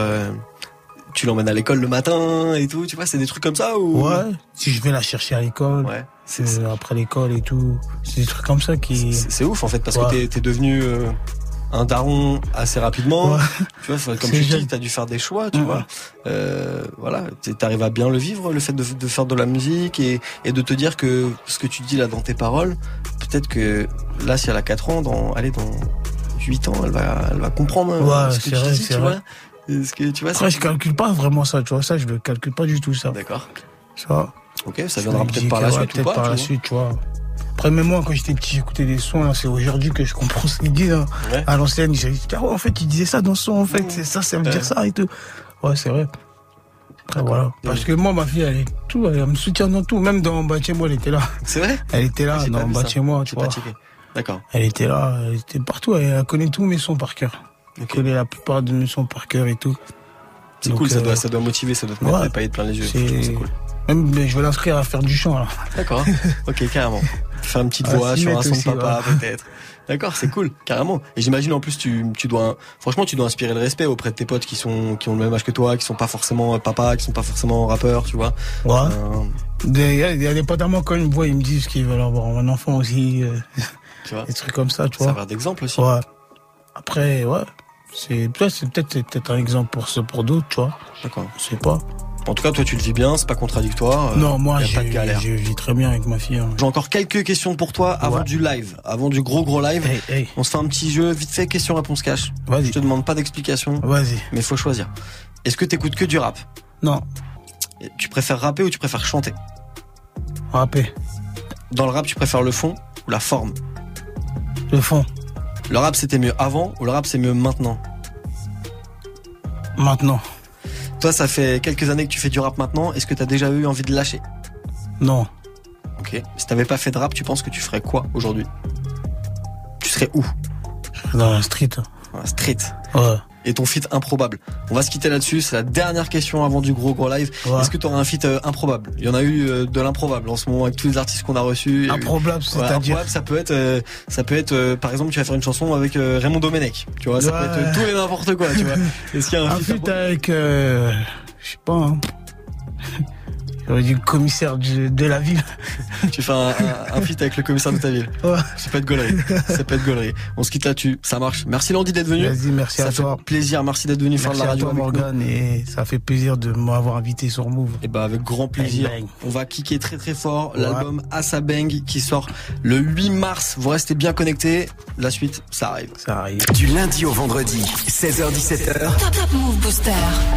tu l'emmènes à l'école le matin et tout, tu vois, c'est des trucs comme ça ou? Ouais, si je vais la chercher à l'école, ouais, après l'école et tout, c'est des trucs comme ça qui... C'est ouf en fait, parce que t'es devenu un daron assez rapidement, ouais. Tu vois, comme tu dis, t'as dû faire des choix, tu vois. Voilà, t'arrives à bien le vivre, le fait de faire de la musique et de te dire que ce que tu dis là dans tes paroles, peut-être que là, si elle a 4 ans, dans 8 ans, elle va comprendre ce que tu dis, tu vois. Est-ce que, tu vois, après, je calcule pas vraiment ça, tu vois, ça, je le calcule pas du tout, ça. D'accord. Ça. Ok, ça viendra peut-être par la suite ou pas. Peut-être par la suite, tu vois. Après, même moi, quand j'étais petit, j'écoutais des sons, là, c'est aujourd'hui que je comprends ce qu'il dit, là. Ouais. À l'ancienne, j'ai dit, en fait, il disait ça dans son son, en fait, c'est ça veut dire ça et tout. Ouais, c'est vrai. Après, voilà. Parce que moi, ma fille, elle me soutient dans tout, même dans bas de chez moi, elle était là. C'est vrai? Elle était là, dans bas de chez moi, tu vois. D'accord. Elle était là, elle était partout, elle connaît tous mes sons par cœur. Elle connaît la plupart de mes sons par cœur et tout. C'est cool, ça doit motiver, ça doit te mettre des paillettes plein les yeux. C'est cool. Même, je vais l'inscrire à faire du chant, là. D'accord. Ok, carrément. Faire une petite voix sur un son de papa, peut-être. D'accord, c'est cool, carrément. Et j'imagine, en plus, tu dois inspirer le respect auprès de tes potes qui ont le même âge que toi, qui sont pas forcément papa, qui sont pas forcément rappeurs, tu vois. Ouais. Il y a des potes à moi, quand ils me voient, ils me disent qu'ils veulent avoir un enfant aussi. Tu vois. Des trucs comme ça, tu vois. Ça va d'exemple aussi. Ouais. Après, ouais. C'est peut-être un exemple pour d'autres, tu vois. D'accord. Je sais pas. En tout cas, toi, tu le vis bien, c'est pas contradictoire. Non, moi, je vis très bien avec ma fille. Hein. J'ai encore quelques questions pour toi avant du live, avant du gros live. Hey. On se fait un petit jeu, vite fait, question-réponse cash. Vas-y. Je te demande pas d'explication. Vas-y. Mais faut choisir. Est-ce que t'écoutes que du rap? Non. Tu préfères rapper ou tu préfères chanter? Rapper. Dans le rap, tu préfères le fond ou la forme? Le fond. Le rap, c'était mieux avant ou le rap, c'est mieux maintenant? Maintenant. Toi, ça fait quelques années que tu fais du rap maintenant. Est-ce que t'as déjà eu envie de lâcher? Non. Ok. Si t'avais pas fait de rap, tu penses que tu ferais quoi aujourd'hui? Tu serais où? Dans la street. Dans la street. Ouais. Et ton feat improbable. On va se quitter là-dessus. C'est la dernière question avant du gros live. Ouais. Est-ce que t'auras un feat improbable? Il y en a eu de l'improbable en ce moment avec tous les artistes qu'on a reçus. Improbable, c'est-à-dire? Improbable, ça peut être, par exemple, tu vas faire une chanson avec Raymond Domenech. Tu vois, ça peut être tout et n'importe quoi, tu vois. Est-ce qu'il y a un feat avec, je sais pas, hein. J'aurais dit le commissaire de la ville. Tu fais un feat avec le commissaire de ta ville. Ouais. Ça peut être gaulerie. On se quitte là-dessus. Ça marche. Merci Landy d'être venu. Vas-y, merci à toi. Ça fait plaisir. Merci d'être venu faire de la radio avec Morgane et ça fait plaisir de m'avoir invité sur Move. Et bah, avec grand plaisir. Bang. On va kicker très très fort l'album Assa Bang qui sort le 8 mars. Vous restez bien connectés. La suite, ça arrive. Ça arrive. Du lundi au vendredi, 16h-17h. Top Move Booster.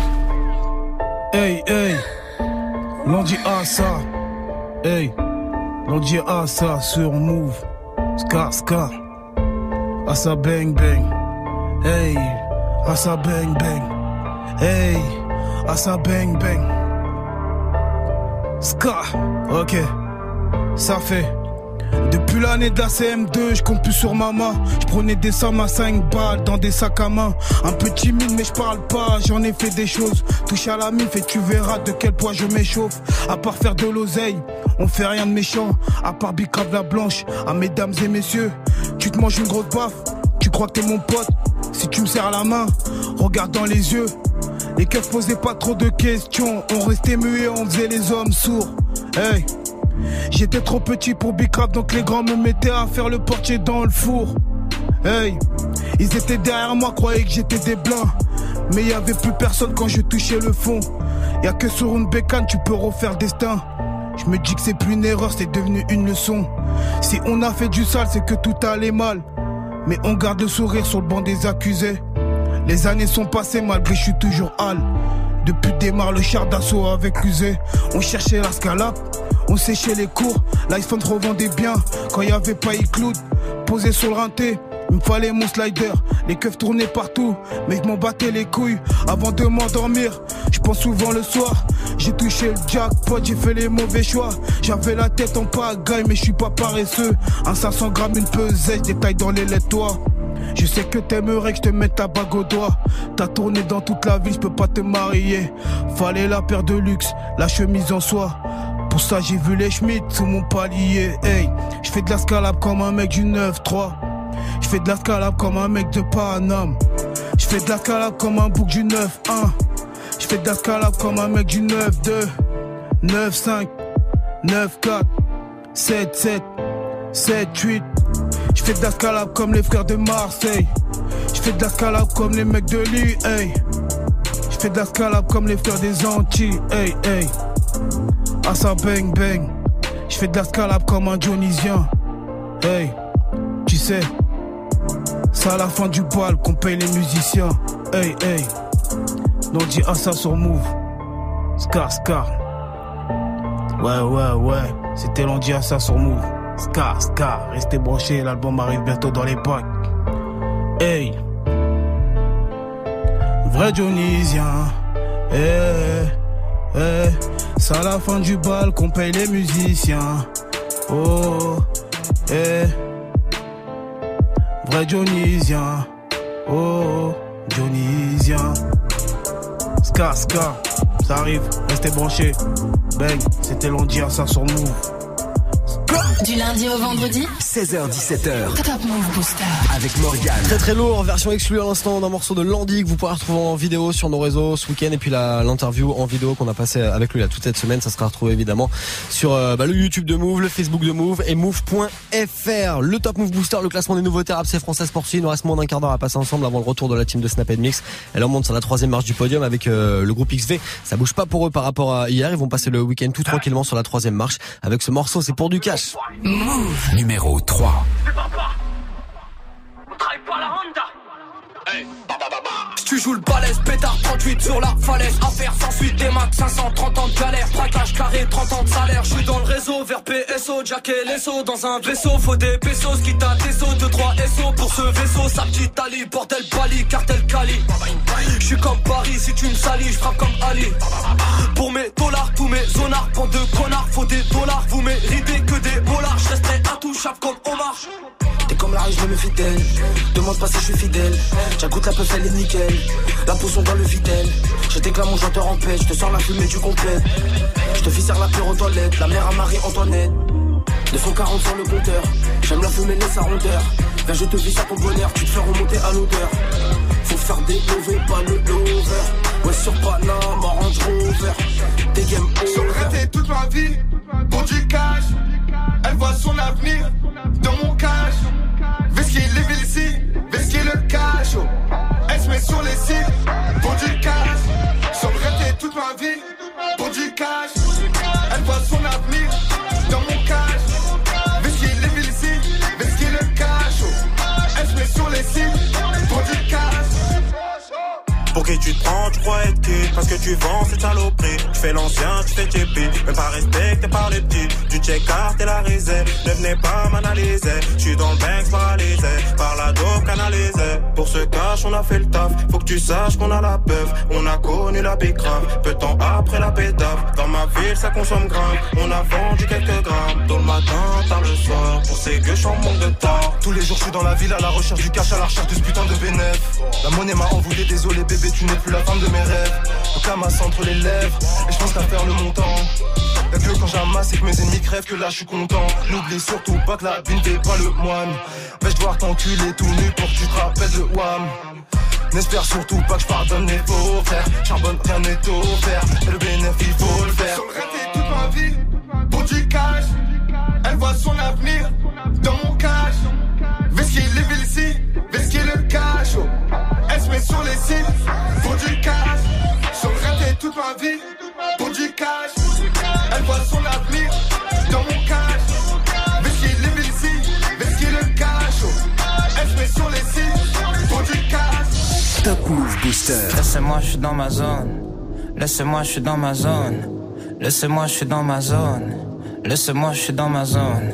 Hey. Landy Assa, hey, Landy Assa sur Move, ska, Assa bang, hey, Assa bang, hey, Assa bang, ska, ok, ça fait Depuis l'année de la CM2, je compte plus sur maman. Je prenais des sommes à 5 balles dans des sacs à main. Un peu timide mais je parle pas, j'en ai fait des choses. Touche à la mif et tu verras de quel poids je m'échauffe. À part faire de l'oseille, on fait rien de méchant. À part bicrave la blanche, à mesdames et messieurs. Tu te manges une grosse baffe, tu crois que t'es mon pote. Si tu me serres la main, regarde dans les yeux. Les keufs posaient pas trop de questions. On restait muets, on faisait les hommes sourds. Hey, j'étais trop petit pour bicrave, donc les grands me mettaient à faire le portier dans le four. Hey, ils étaient derrière moi, croyaient que j'étais des blancs. Mais y avait plus personne quand je touchais le fond. Y'a que sur une bécane tu peux refaire le destin. Je me dis que c'est plus une erreur, c'est devenu une leçon. Si on a fait du sale, c'est que tout allait mal. Mais on garde le sourire sur le banc des accusés. Les années sont passées malgré je suis toujours hal. Depuis démarre le char d'assaut avec usé. On cherchait la scalap, on séchait les cours. L'iPhone revendait bien quand y avait pas iCloud. Posé sur le rinté, il me fallait mon slider. Les keufs tournaient partout, mais je m'en battais les couilles. Avant de m'endormir, je pense souvent le soir. J'ai touché le jackpot, j'ai fait les mauvais choix. J'avais la tête en pagaille, mais je suis pas paresseux. Un 500 grammes, une pesette, détail dans les lettres, toi. Je sais que t'aimerais que je te mette ta bague au doigt. T'as tourné dans toute la ville, je peux pas te marier. Fallait la paire de luxe, la chemise en soie. Pour ça j'ai vu les Schmitt sous mon palier. Hey, je fais de la scalab comme un mec du 9-3. Je fais de la scalab comme un mec de Paname. Je fais de la scalab comme un bouc du 9-1. Je fais de la scalab comme un mec du 9-2, 9-5, 9-4, 7-7, 7-8. Je fais de la scalab comme les frères de Marseille. Je fais de la scalab comme les mecs de Lille, hey. Je fais de la scalab comme les frères des Antilles, hey, hey. Ah ça bang bang. Je fais de la scalab comme un Dionysien, hey. Tu sais, c'est à la fin du bal qu'on paye les musiciens, hey, hey. Non, dis ah ça sur Move. Scar, Scar. Ouais. C'était lundi à ça sur Move. Scar. Restez branchés, l'album arrive bientôt dans les packs. Hey. Vrai Dionysien. C'est à la fin du bal qu'on paye les musiciens. Oh. Vrai Dionysien. Oh. Dionysien. Scar, ça arrive, restez branchés. Bang, c'était lundi à ça sur Move. Du lundi au vendredi 16h-17h Top Move Booster avec Morgane. Très lourd, version exclue à l'instant d'un morceau de Landy que vous pourrez retrouver en vidéo sur nos réseaux ce week-end. Et puis l'interview en vidéo qu'on a passé avec lui là toute cette semaine, ça sera retrouvé évidemment sur le YouTube de Move, le Facebook de Move et Move.fr. Le Top Move Booster, le classement des nouveautés rap françaises poursuit. Il nous reste moins d'un quart d'heure à passer ensemble avant le retour de la team de Snap & Mix. Elle remonte sur la 3e marche du podium avec le groupe XV. Ça bouge pas pour eux par rapport à hier. Ils vont passer le week-end tout tranquillement sur la 3e marche avec ce morceau, c'est pour du cash. Move numéro 3. On travaille pas à la Honda. Hey. Si tu joues le balèze, pétard 38 sur la falaise. Affaire sans suite, des max 530 ans de galère. Braquage carré, 30 ans de salaire. J'suis dans le réseau, vers PSO, Jack et Lesso. Dans un vaisseau, faut des pesos, quitte à tes sauts. 2-3 SO pour ce vaisseau. Sa petite Ali, bordel Bali, cartel Cali. J'suis comme Paris, si tu me salis, j'frappe comme Ali. Pour mes dollars, tous mes zonards, bande de connards, faut des dollars. Vous méritez que des dollars, j'resterai intouchable comme Omar. T'es comme la riche, je me fidèle. Demande pas si je suis fidèle. J'agoute la peuf, elle est nickel. La potion dans le vitel. Je déclame mon chanteur en paix. Je te sors la fumée du complète. Je te ficère la pure aux toilettes. La mère à Marie-Antoinette. 240 sur le compteur. J'aime la fumée, laisse sa rondeur. Viens, je te vis à ton bonheur. Tu te fais remonter à l'odeur. Faut faire des lovés, pas le lover. Ouais, sur Panama, Range Rover. Des game over. Sur le raté toute ma vie. Pour du cash. Elle voit son avenir dans mon cash. Vesquille les villes ici, vesquille le cash. Elle se met sur les sites pour du cash. Sur le raté toute ma vie pour du cash. Elle voit son avenir dans mon cash. Vesquille les villes ici, vesquille le cash. Elle se met sur les sites pour du cash. Pour qui tu te prends, tu crois être qui? Parce que tu vends cette saloperie. Tu fais l'ancien, tu fais JP. Même pas respecté par les petits. Du check-art et la risée. Ne venez pas m'analyser. J'suis dans le Banks paralysé. Par la dope canalisée. Pour ce cash, on a fait le taf. Faut que tu saches qu'on a la peuf. On a connu devenu la grave. Peu de temps après la pédave, dans ma ville ça consomme grave. On a vendu quelques grammes, tôt le matin, tard le soir. Pour ces gueux, j'en manque de temps. Tous les jours je suis dans la ville à la recherche du cash, à la recherche de ce putain de bénéf. La monnaie m'a envoûté, désolé bébé, tu n'es plus la femme de mes rêves. Le camas entre les lèvres, et je pense qu'à faire le montant. Y'a que quand j'amasse et que mes ennemis crèvent que là je suis content. N'oublie surtout pas que la vie ne fait pas le moine. Vais-je devoir t'enculer tout nu pour que tu te rappelles de Wham. N'espère surtout pas que je pardonne les faux frères. Charbonne, rien n'est offert, et le bénéfice il faut le faire. Sur le rêve toute ma vie, pour du cash. Elle voit son avenir dans mon cash. Vesquille les villes ici, vesquille le cash. Elle se met sur les sites, pour du cash. Sur le rêve toute ma vie, pour du cash. Elle voit son avenir dans mon cash. Vesquille les villes ici, vesquille le cash. Elle se met sur les sites, pour du cash. Top Move Booster. Laissez-moi, je suis dans ma zone. Laissez-moi, je suis dans ma zone. Laissez-moi, je suis dans ma zone. Laissez-moi, je suis dans ma zone.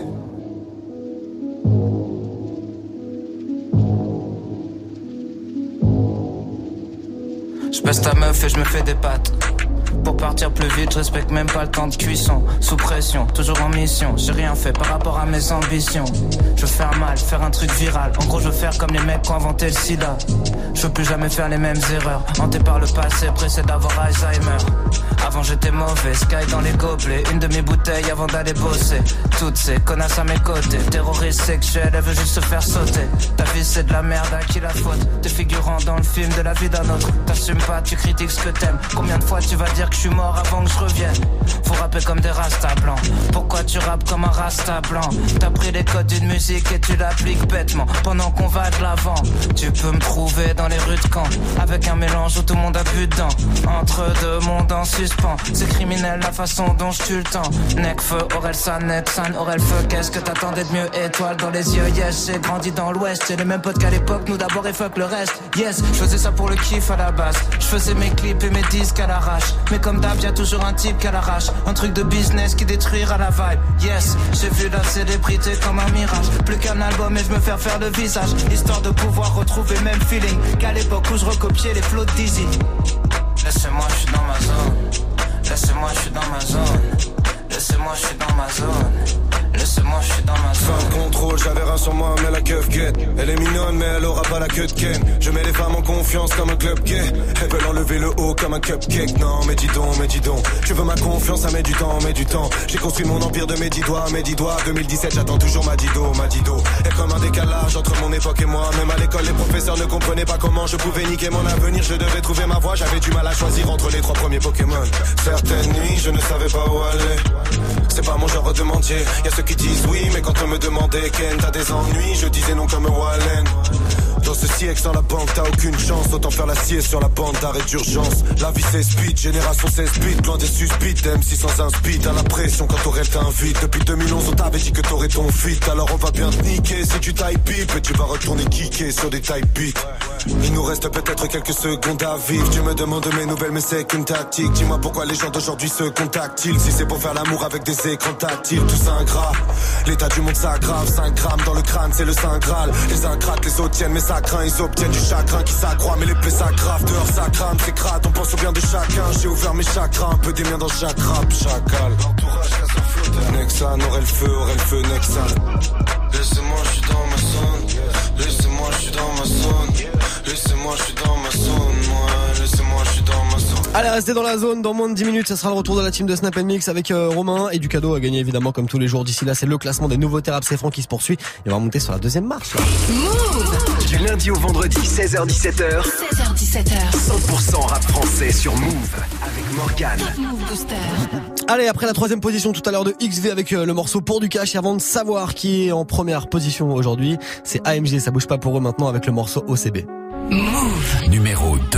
Je baisse ta meuf et je me fais des pattes. Pour partir plus vite, je respecte même pas le temps de cuisson. Sous pression, toujours en mission. J'ai rien fait par rapport à mes ambitions. Je veux faire mal, faire un truc viral. En gros, je veux faire comme les mecs qui ont inventé le sida. Je veux plus jamais faire les mêmes erreurs. Hanté par le passé, pressé d'avoir Alzheimer. Avant j'étais mauvais, sky dans les gobelets. Une demi-bouteille avant d'aller bosser. Toutes ces connasses à mes côtés. Terroriste sexuel, elle veut juste se faire sauter. Ta vie c'est de la merde, à qui la faute? T'es figurant dans le film de la vie d'un autre. T'assumes pas, tu critiques ce que t'aimes. Combien de fois tu vas dire que je suis mort avant que je revienne? Faut rapper comme des rastas blancs. Pourquoi tu rappes comme un rasta blanc? T'as pris les codes d'une musique et tu l'appliques bêtement. Pendant qu'on va de l'avant, tu peux me trouver dans les rues de Caen. Avec un mélange où tout le monde a bu dedans. Entre deux mondes en suspens. C'est criminel la façon dont je tue le temps. Necfeu, Orelsan, Nexan, Orelfeu. Qu'est-ce que t'attendais de mieux? Étoile dans les yeux, yes. J'ai grandi dans l'ouest, j'ai les mêmes potes qu'à l'époque. Nous d'abord et fuck le reste, yes. Je faisais ça pour le kiff à la base. Je faisais mes clips et mes disques à l'arrache. Mais comme d'hab, y'a toujours un type qu'à l'arrache. Un truc de business qui détruira la vibe, yes. J'ai vu la célébrité comme un mirage. Plus qu'un album et je me faire le visage. Histoire de pouvoir retrouver même feeling qu'à l'époque où je recopiais les flots de Dizzy. Laissez-moi, je suis dans ma zone. Laissez-moi, je suis dans ma zone. Laissez-moi, je suis dans ma zone. Laissez-moi, je suis dans ma zone. Fin de contrôle, j'avais rien sur moi, mais la keuf guette. Elle est mignonne, mais elle aura pas la queue de Ken. Je mets les femmes en confiance comme un club gay. Elles veulent enlever le haut comme un cupcake. Non, mais dis donc. Tu veux ma confiance, ça met du temps. J'ai construit mon empire de mes 10 doigts. 2017, j'attends toujours ma Dido. Et comme un décalage entre mon époque et moi. Même à l'école, les professeurs ne comprenaient pas comment je pouvais niquer mon avenir. Je devais trouver ma voie, j'avais du mal à choisir entre les 3 premiers Pokémon. Certaines nuits, je ne savais pas où aller. C'est pas mon genre de mentir. Y'a ceux qui disent oui, mais quand on me demandait Ken, t'as des ennuis, je disais non comme Wallen. Dans ce siècle sans la banque, t'as aucune chance. Autant faire la sieste sur la bande d'arrêt d'urgence. La vie c'est speed, génération 16 bits. Loin des suspites, MC sans un speed. À la pression quand Aurel t'invite. Depuis 2011 on t'avait dit que t'aurais ton fit. Alors on va bien te niquer si tu tailles pipe. Et tu vas retourner kicker sur des type beats. Il nous reste peut-être quelques secondes à vivre. Tu me demandes mes nouvelles mais c'est qu'une tactique. Dis-moi pourquoi les gens d'aujourd'hui se contactent-ils? Si c'est pour faire l'amour avec des écrans tactiles. Tout ça ingrat, l'état du monde s'aggrave. 5 grammes dans le crâne c'est le Saint Graal. Les ingrates les autres tiennent mais ça craint. Ils obtiennent du chagrin qui s'accroît. Mais les plaies s'aggravent, dehors ça crame. C'est crade, on pense au bien de chacun. J'ai ouvert mes chakras, un peu des miens dans chaque rap. Chacal, entourage, Nexan, Orelfeu, Nexan. Laissez-moi, je suis dans ma zone. Laissez-moi, je suis dans ma zone. Laissez-moi, je suis dans ma zone. Moi, laissez-moi, je suis dans ma zone. Allez, restez dans la zone. Dans moins de 10 minutes, ça sera le retour de la team de Snap & Mix avec Romain et du cadeau à gagner évidemment comme tous les jours. D'ici là, c'est le classement des nouveautés rap c'est franc qui se poursuit. Et on va monter sur la deuxième marche. Là. Move du lundi au vendredi, 16h-17h. 100% rap français sur Move avec Morgane. Move Booster. Allez, après la 3e position tout à l'heure de XV avec le morceau Pour du cash. Et avant de savoir qui est en première position aujourd'hui, c'est AMG. Ça bouge pas pour eux maintenant avec le morceau OCB. Move numéro 2.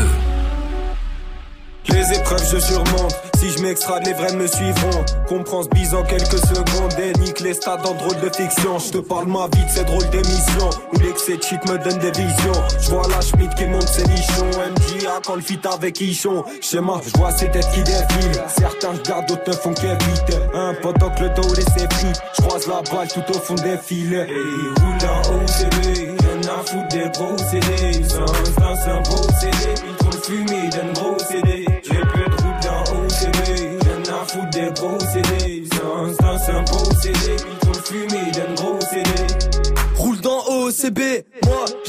Les épreuves je surmonte, si je m'extrade les vrais me suivront. Comprends ce bise en quelques secondes et nique les stades en drôle de fiction. Je te parle ma vie de ces drôles d'émissions où l'excès de shit me donne des visions. Je vois la Schmidt qui monte ses nichons, MJA quand le fit avec Ichon. Schéma, je vois ces têtes qui défilent. Certains regardent, d'autres ne font qu'éviter. Un pendant que le dos laissé pris, je croise la balle tout au fond des filets. Et roule en OCB, y'en a foutre des procédés. Sans un procédé, ils trop le fumier d'un gros CD. J'ai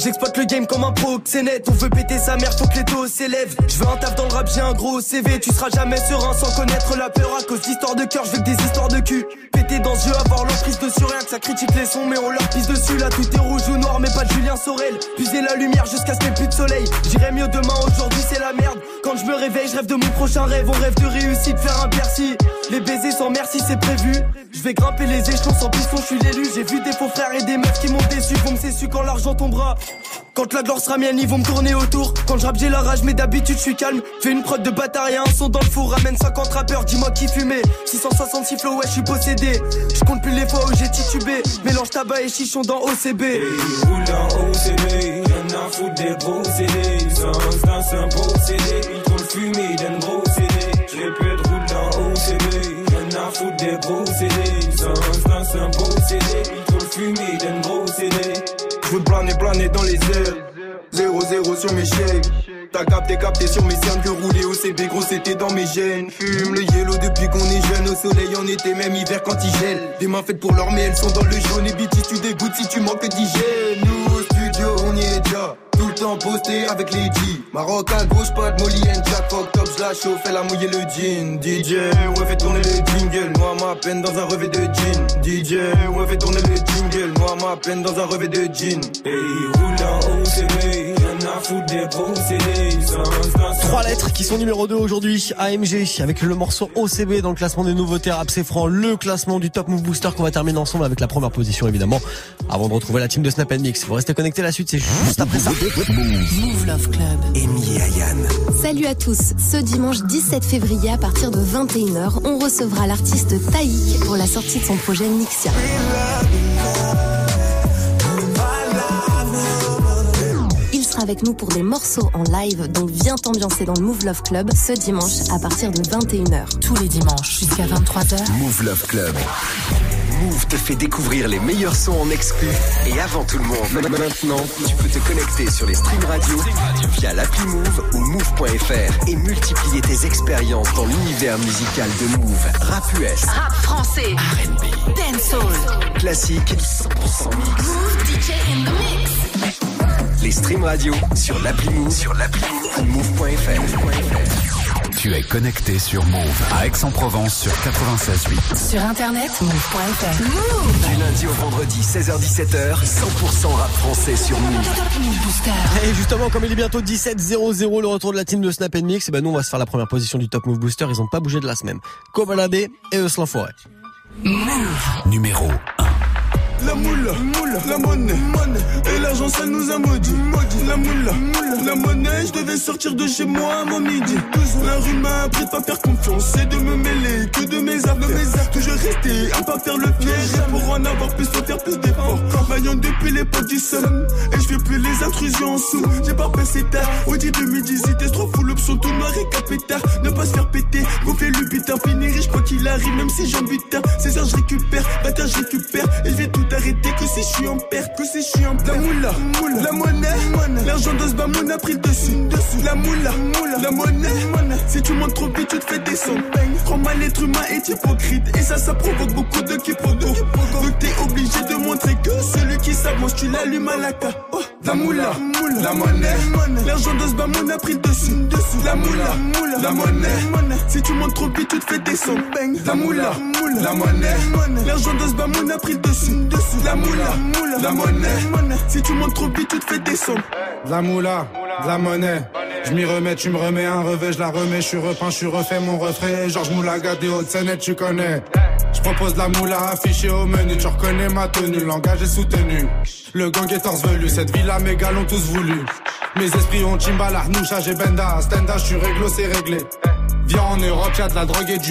J'exploite le game comme un proxénète. On veut péter sa mère, faut que les taux s'élèvent. Je veux un taf dans le rap, j'ai un gros CV. Tu seras jamais serein sans connaître la peur. À cause d'histoires de cœur, je veux que des histoires de cul. Péter dans ce jeu, avoir l'emprise dessus. Rien que ça critique les sons, mais on leur pisse dessus. Là tout est rouge ou noir, mais pas de Julien Sorel. Puiser la lumière jusqu'à ce qu'il n'y ait plus de soleil. J'irai mieux demain, aujourd'hui c'est la merde. Quand je me réveille, je rêve de mon prochain rêve. On rêve de réussite, faire un Bercy. Les baisers sans merci, c'est prévu. Je vais grimper les échelons sans piston, je suis l'élu. J'ai vu des faux frères et des meufs qui m'ont déçu. Vont me cessu quand l'argent tombera. Quand la gloire sera mienne, ils vont me tourner autour. Quand je rappe, j'ai la rage, mais d'habitude, je suis calme. Fais une prod de bâtard et un son dans le four. Ramène 50 rappeurs, dis-moi qui fumait. 666 flow, ouais, je suis possédé. Je compte plus les fois où j'ai titubé. Mélange tabac et chichon dans OCB. Roule en OCB, y'en a foutre des gros CD. Sans un beau CD, ils trop le fumer d'un gros CD. Je répète, roule en OCB, y'en a foutre des gros CD. Sans un beau CD, ils trop le fumer d'un gros CD. Je veux planer dans les airs. 0-0 sur mes shakes. T'as capté sur mes cernes que rouler au CB, gros c'était dans mes gènes. Fume le yellow depuis qu'on est jeune. Au soleil en été, même hiver quand il gèle. Des mains faites pour l'or mais elles sont dans le jaune. Et bitch tu dégoûtes si tu manques d'hygiène. Nous au studio on y est déjà. Tout le temps posté avec les G. Maroc à gauche, pas de Molly and Jack. Fuck top, j'la chauffe, elle a mouillé le jean. DJ, ouais fais tourner le jingle. Moi ma peine dans un revêt de jean. DJ, ouais fais tourner le jingle. Moi ma peine dans un revêt de jean. Hey, roule en OCB, y'en a foutre des gros CD. 3 lettres qui sont numéro 2 aujourd'hui. AMG avec le morceau OCB dans le classement des nouveautés rap c'est franc. Le classement du Top Move Booster qu'on va terminer ensemble avec la première position évidemment. Avant de retrouver la team de Snap & Mix. Vous restez connectés, la suite c'est juste après ça. Move Love Club. Amy et Ayane. Salut à tous. Ce dimanche 17 février à partir de 21h, on recevra l'artiste Taïk pour la sortie de son projet Nixia. Il sera avec nous pour des morceaux en live, donc viens t'ambiancer dans le Move Love Club ce dimanche à partir de 21h. Tous les dimanches jusqu'à 23h. Move Love Club. Move te fait découvrir les meilleurs sons en exclu et avant tout le monde. Maintenant, tu peux te connecter sur les streams radio via l'appli Move ou move.fr et multiplier tes expériences dans l'univers musical de Move. Rap US, Rap français, R&B, dancehall, classique, 100% mix. Move DJ in the mix. Les streams radio sur l'appli Move ou move.fr. Tu es connecté sur Move à Aix-en-Provence sur 96.8. Sur internet, move.fr. Move. Du lundi au vendredi, 16h-17h, 100% rap français sur Move. Move Booster. Et justement, comme il est bientôt 17h00, le retour de la team de Snap & Mix, et ben nous on va se faire la première position du Top Move Booster. Ils ont pas bougé de la semaine. Kobalade et Euslan Forêt. Numéro 1. La moula, la monnaie, et l'argent ça nous a maudit. La moula, la monnaie, je devais sortir de chez moi à mon midi. La rue m'a appris de pas faire confiance et de me mêler que de mes affaires. Toujours rester à pas faire le piège. Et pour en avoir plus, faut faire plus d'efforts. Maillon depuis l'époque du seum, et je fais plus les intrusions en sous. J'ai pas passé tard, Audi 2018, trop fou, l'option tout noir et capétard. Ne pas se faire péter, gonfler le butin, finir riche quoi qu'il arrive, même si j'ai un butin. 16 heures je récupère, 20h je récupère, et je vais tout arrêter que si je suis en perte, La moula, la monnaie, l'argent de ce bamoun a pris le dessus. La moula, la monnaie, si tu montes trop vite tu te fais descendre. Trop mal l'être humain est hypocrite, et ça provoque beaucoup de quiproquos. Donc t'es obligé de montrer que celui qui s'avance tu l'allumes à la ca. La moula, la monnaie, l'argent de ce bamoun a pris le dessus. La moula, la monnaie, si tu montes trop vite tu te fais descendre. La moula, la monnaie, l'argent de ce bamoun a pris le dessus. La moula, la monnaie, si tu montes trop vite tu te fais descendre. La moula, la monnaie, je m'y remets, tu me remets un revêt, je la remets, je suis repeint, je suis refait mon refrain. Georges Moulaga des Hauts-de-Seine, tu connais. Je propose la moula affichée au menu, tu reconnais ma tenue, le langage est soutenu. Le gang est torse velu, cette villa mes gars l'ont tous voulu. Mes esprits ont Chimbal, Arnoucha, j'ai Benda, Stenda, je suis réglo, c'est réglé. Viens en Europe, y'a de la drogue et du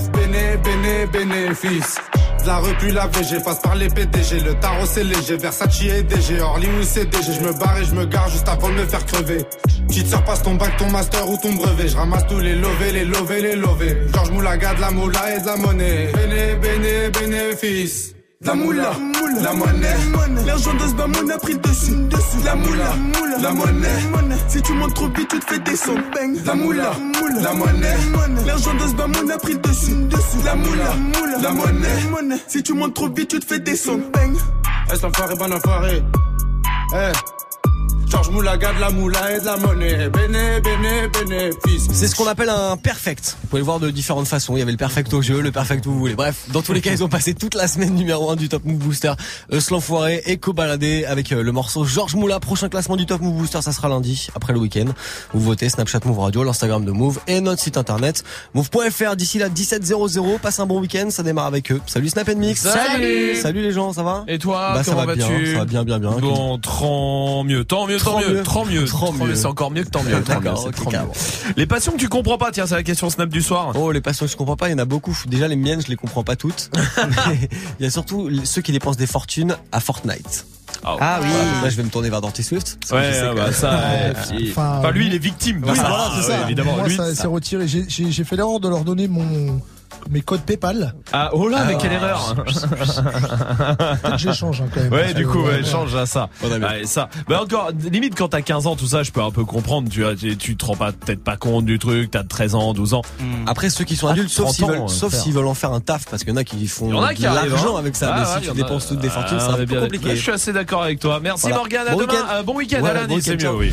bénéfice. De la repu la VG, passe par les PDG. Le tarot c'est léger, Versace et DG. Orly ou CDG, je me barre et je me gare juste avant de me faire crever. Petite sœur, passe ton bac, ton master ou ton brevet. Je ramasse tous les lovés. Georges Moulaga, de la moula et de la monnaie. Bénéfice. La moula, la monnaie, l'argent de ce bamoun a pris le dessus. La moula, la monnaie, si tu montes trop vite tu te fais descendre. La moula, la monnaie, l'argent de ce bamoun a pris le dessus. La moula, la monnaie, si tu montes trop vite tu te fais descendre. Est-ce l'enfoiré, bon enfoiré? Georges Moulaga de la moula et de la monnaie. Bénéfice. C'est ce qu'on appelle un perfect. Vous pouvez le voir de différentes façons. Il y avait le perfect au jeu, le perfect où vous voulez. Bref, dans tous les cas, ils ont passé toute la semaine numéro 1 du Top Move Booster. L'enfoiré et Cobaladé avec le morceau Georges Moula. Prochain classement du Top Move Booster, ça sera lundi, après le week-end. Vous votez Snapchat Move Radio, l'Instagram de Move et notre site internet move.fr. D'ici là, 17h00. Passe un bon week-end. Ça démarre avec eux. Salut Snap Mix. Salut. Salut les gens, ça va? Et toi, bah, comment vas-tu? Ça va bien. Bon, tant mieux. C'est encore mieux que tant mieux. D'accord, trop mieux. Les passions que tu comprends pas, tiens, c'est la question Snap du soir. Oh, les passions que je comprends pas, il y en a beaucoup. Déjà, les miennes, je les comprends pas toutes. Il y a surtout ceux qui dépensent des fortunes à Fortnite. Ah oui. Là, je vais me tourner vers Danty Swift. Enfin, lui, il est victime. Oui, voilà, c'est ça. Évidemment. Moi, ça s'est retiré. J'ai fait l'erreur de leur donner mes codes PayPal. Ah, oh là, mais quelle erreur. Peut-être que j'échange quand même. Ouais, du coup, change à ça. Ça. Bah encore, limite quand t'as 15 ans, tout ça, je peux un peu comprendre. Tu te rends peut-être pas compte du truc. T'as 13 ans, 12 ans. Après, ceux qui sont adultes, sauf s'ils veulent en faire un taf, parce qu'il y en a qui font de l'argent avec ça. Mais si tu dépenses toutes des fortunes, c'est un peu compliqué. Je suis assez d'accord avec toi. Merci Morgane. À demain. Bon week-end. À lundi. C'est mieux, oui.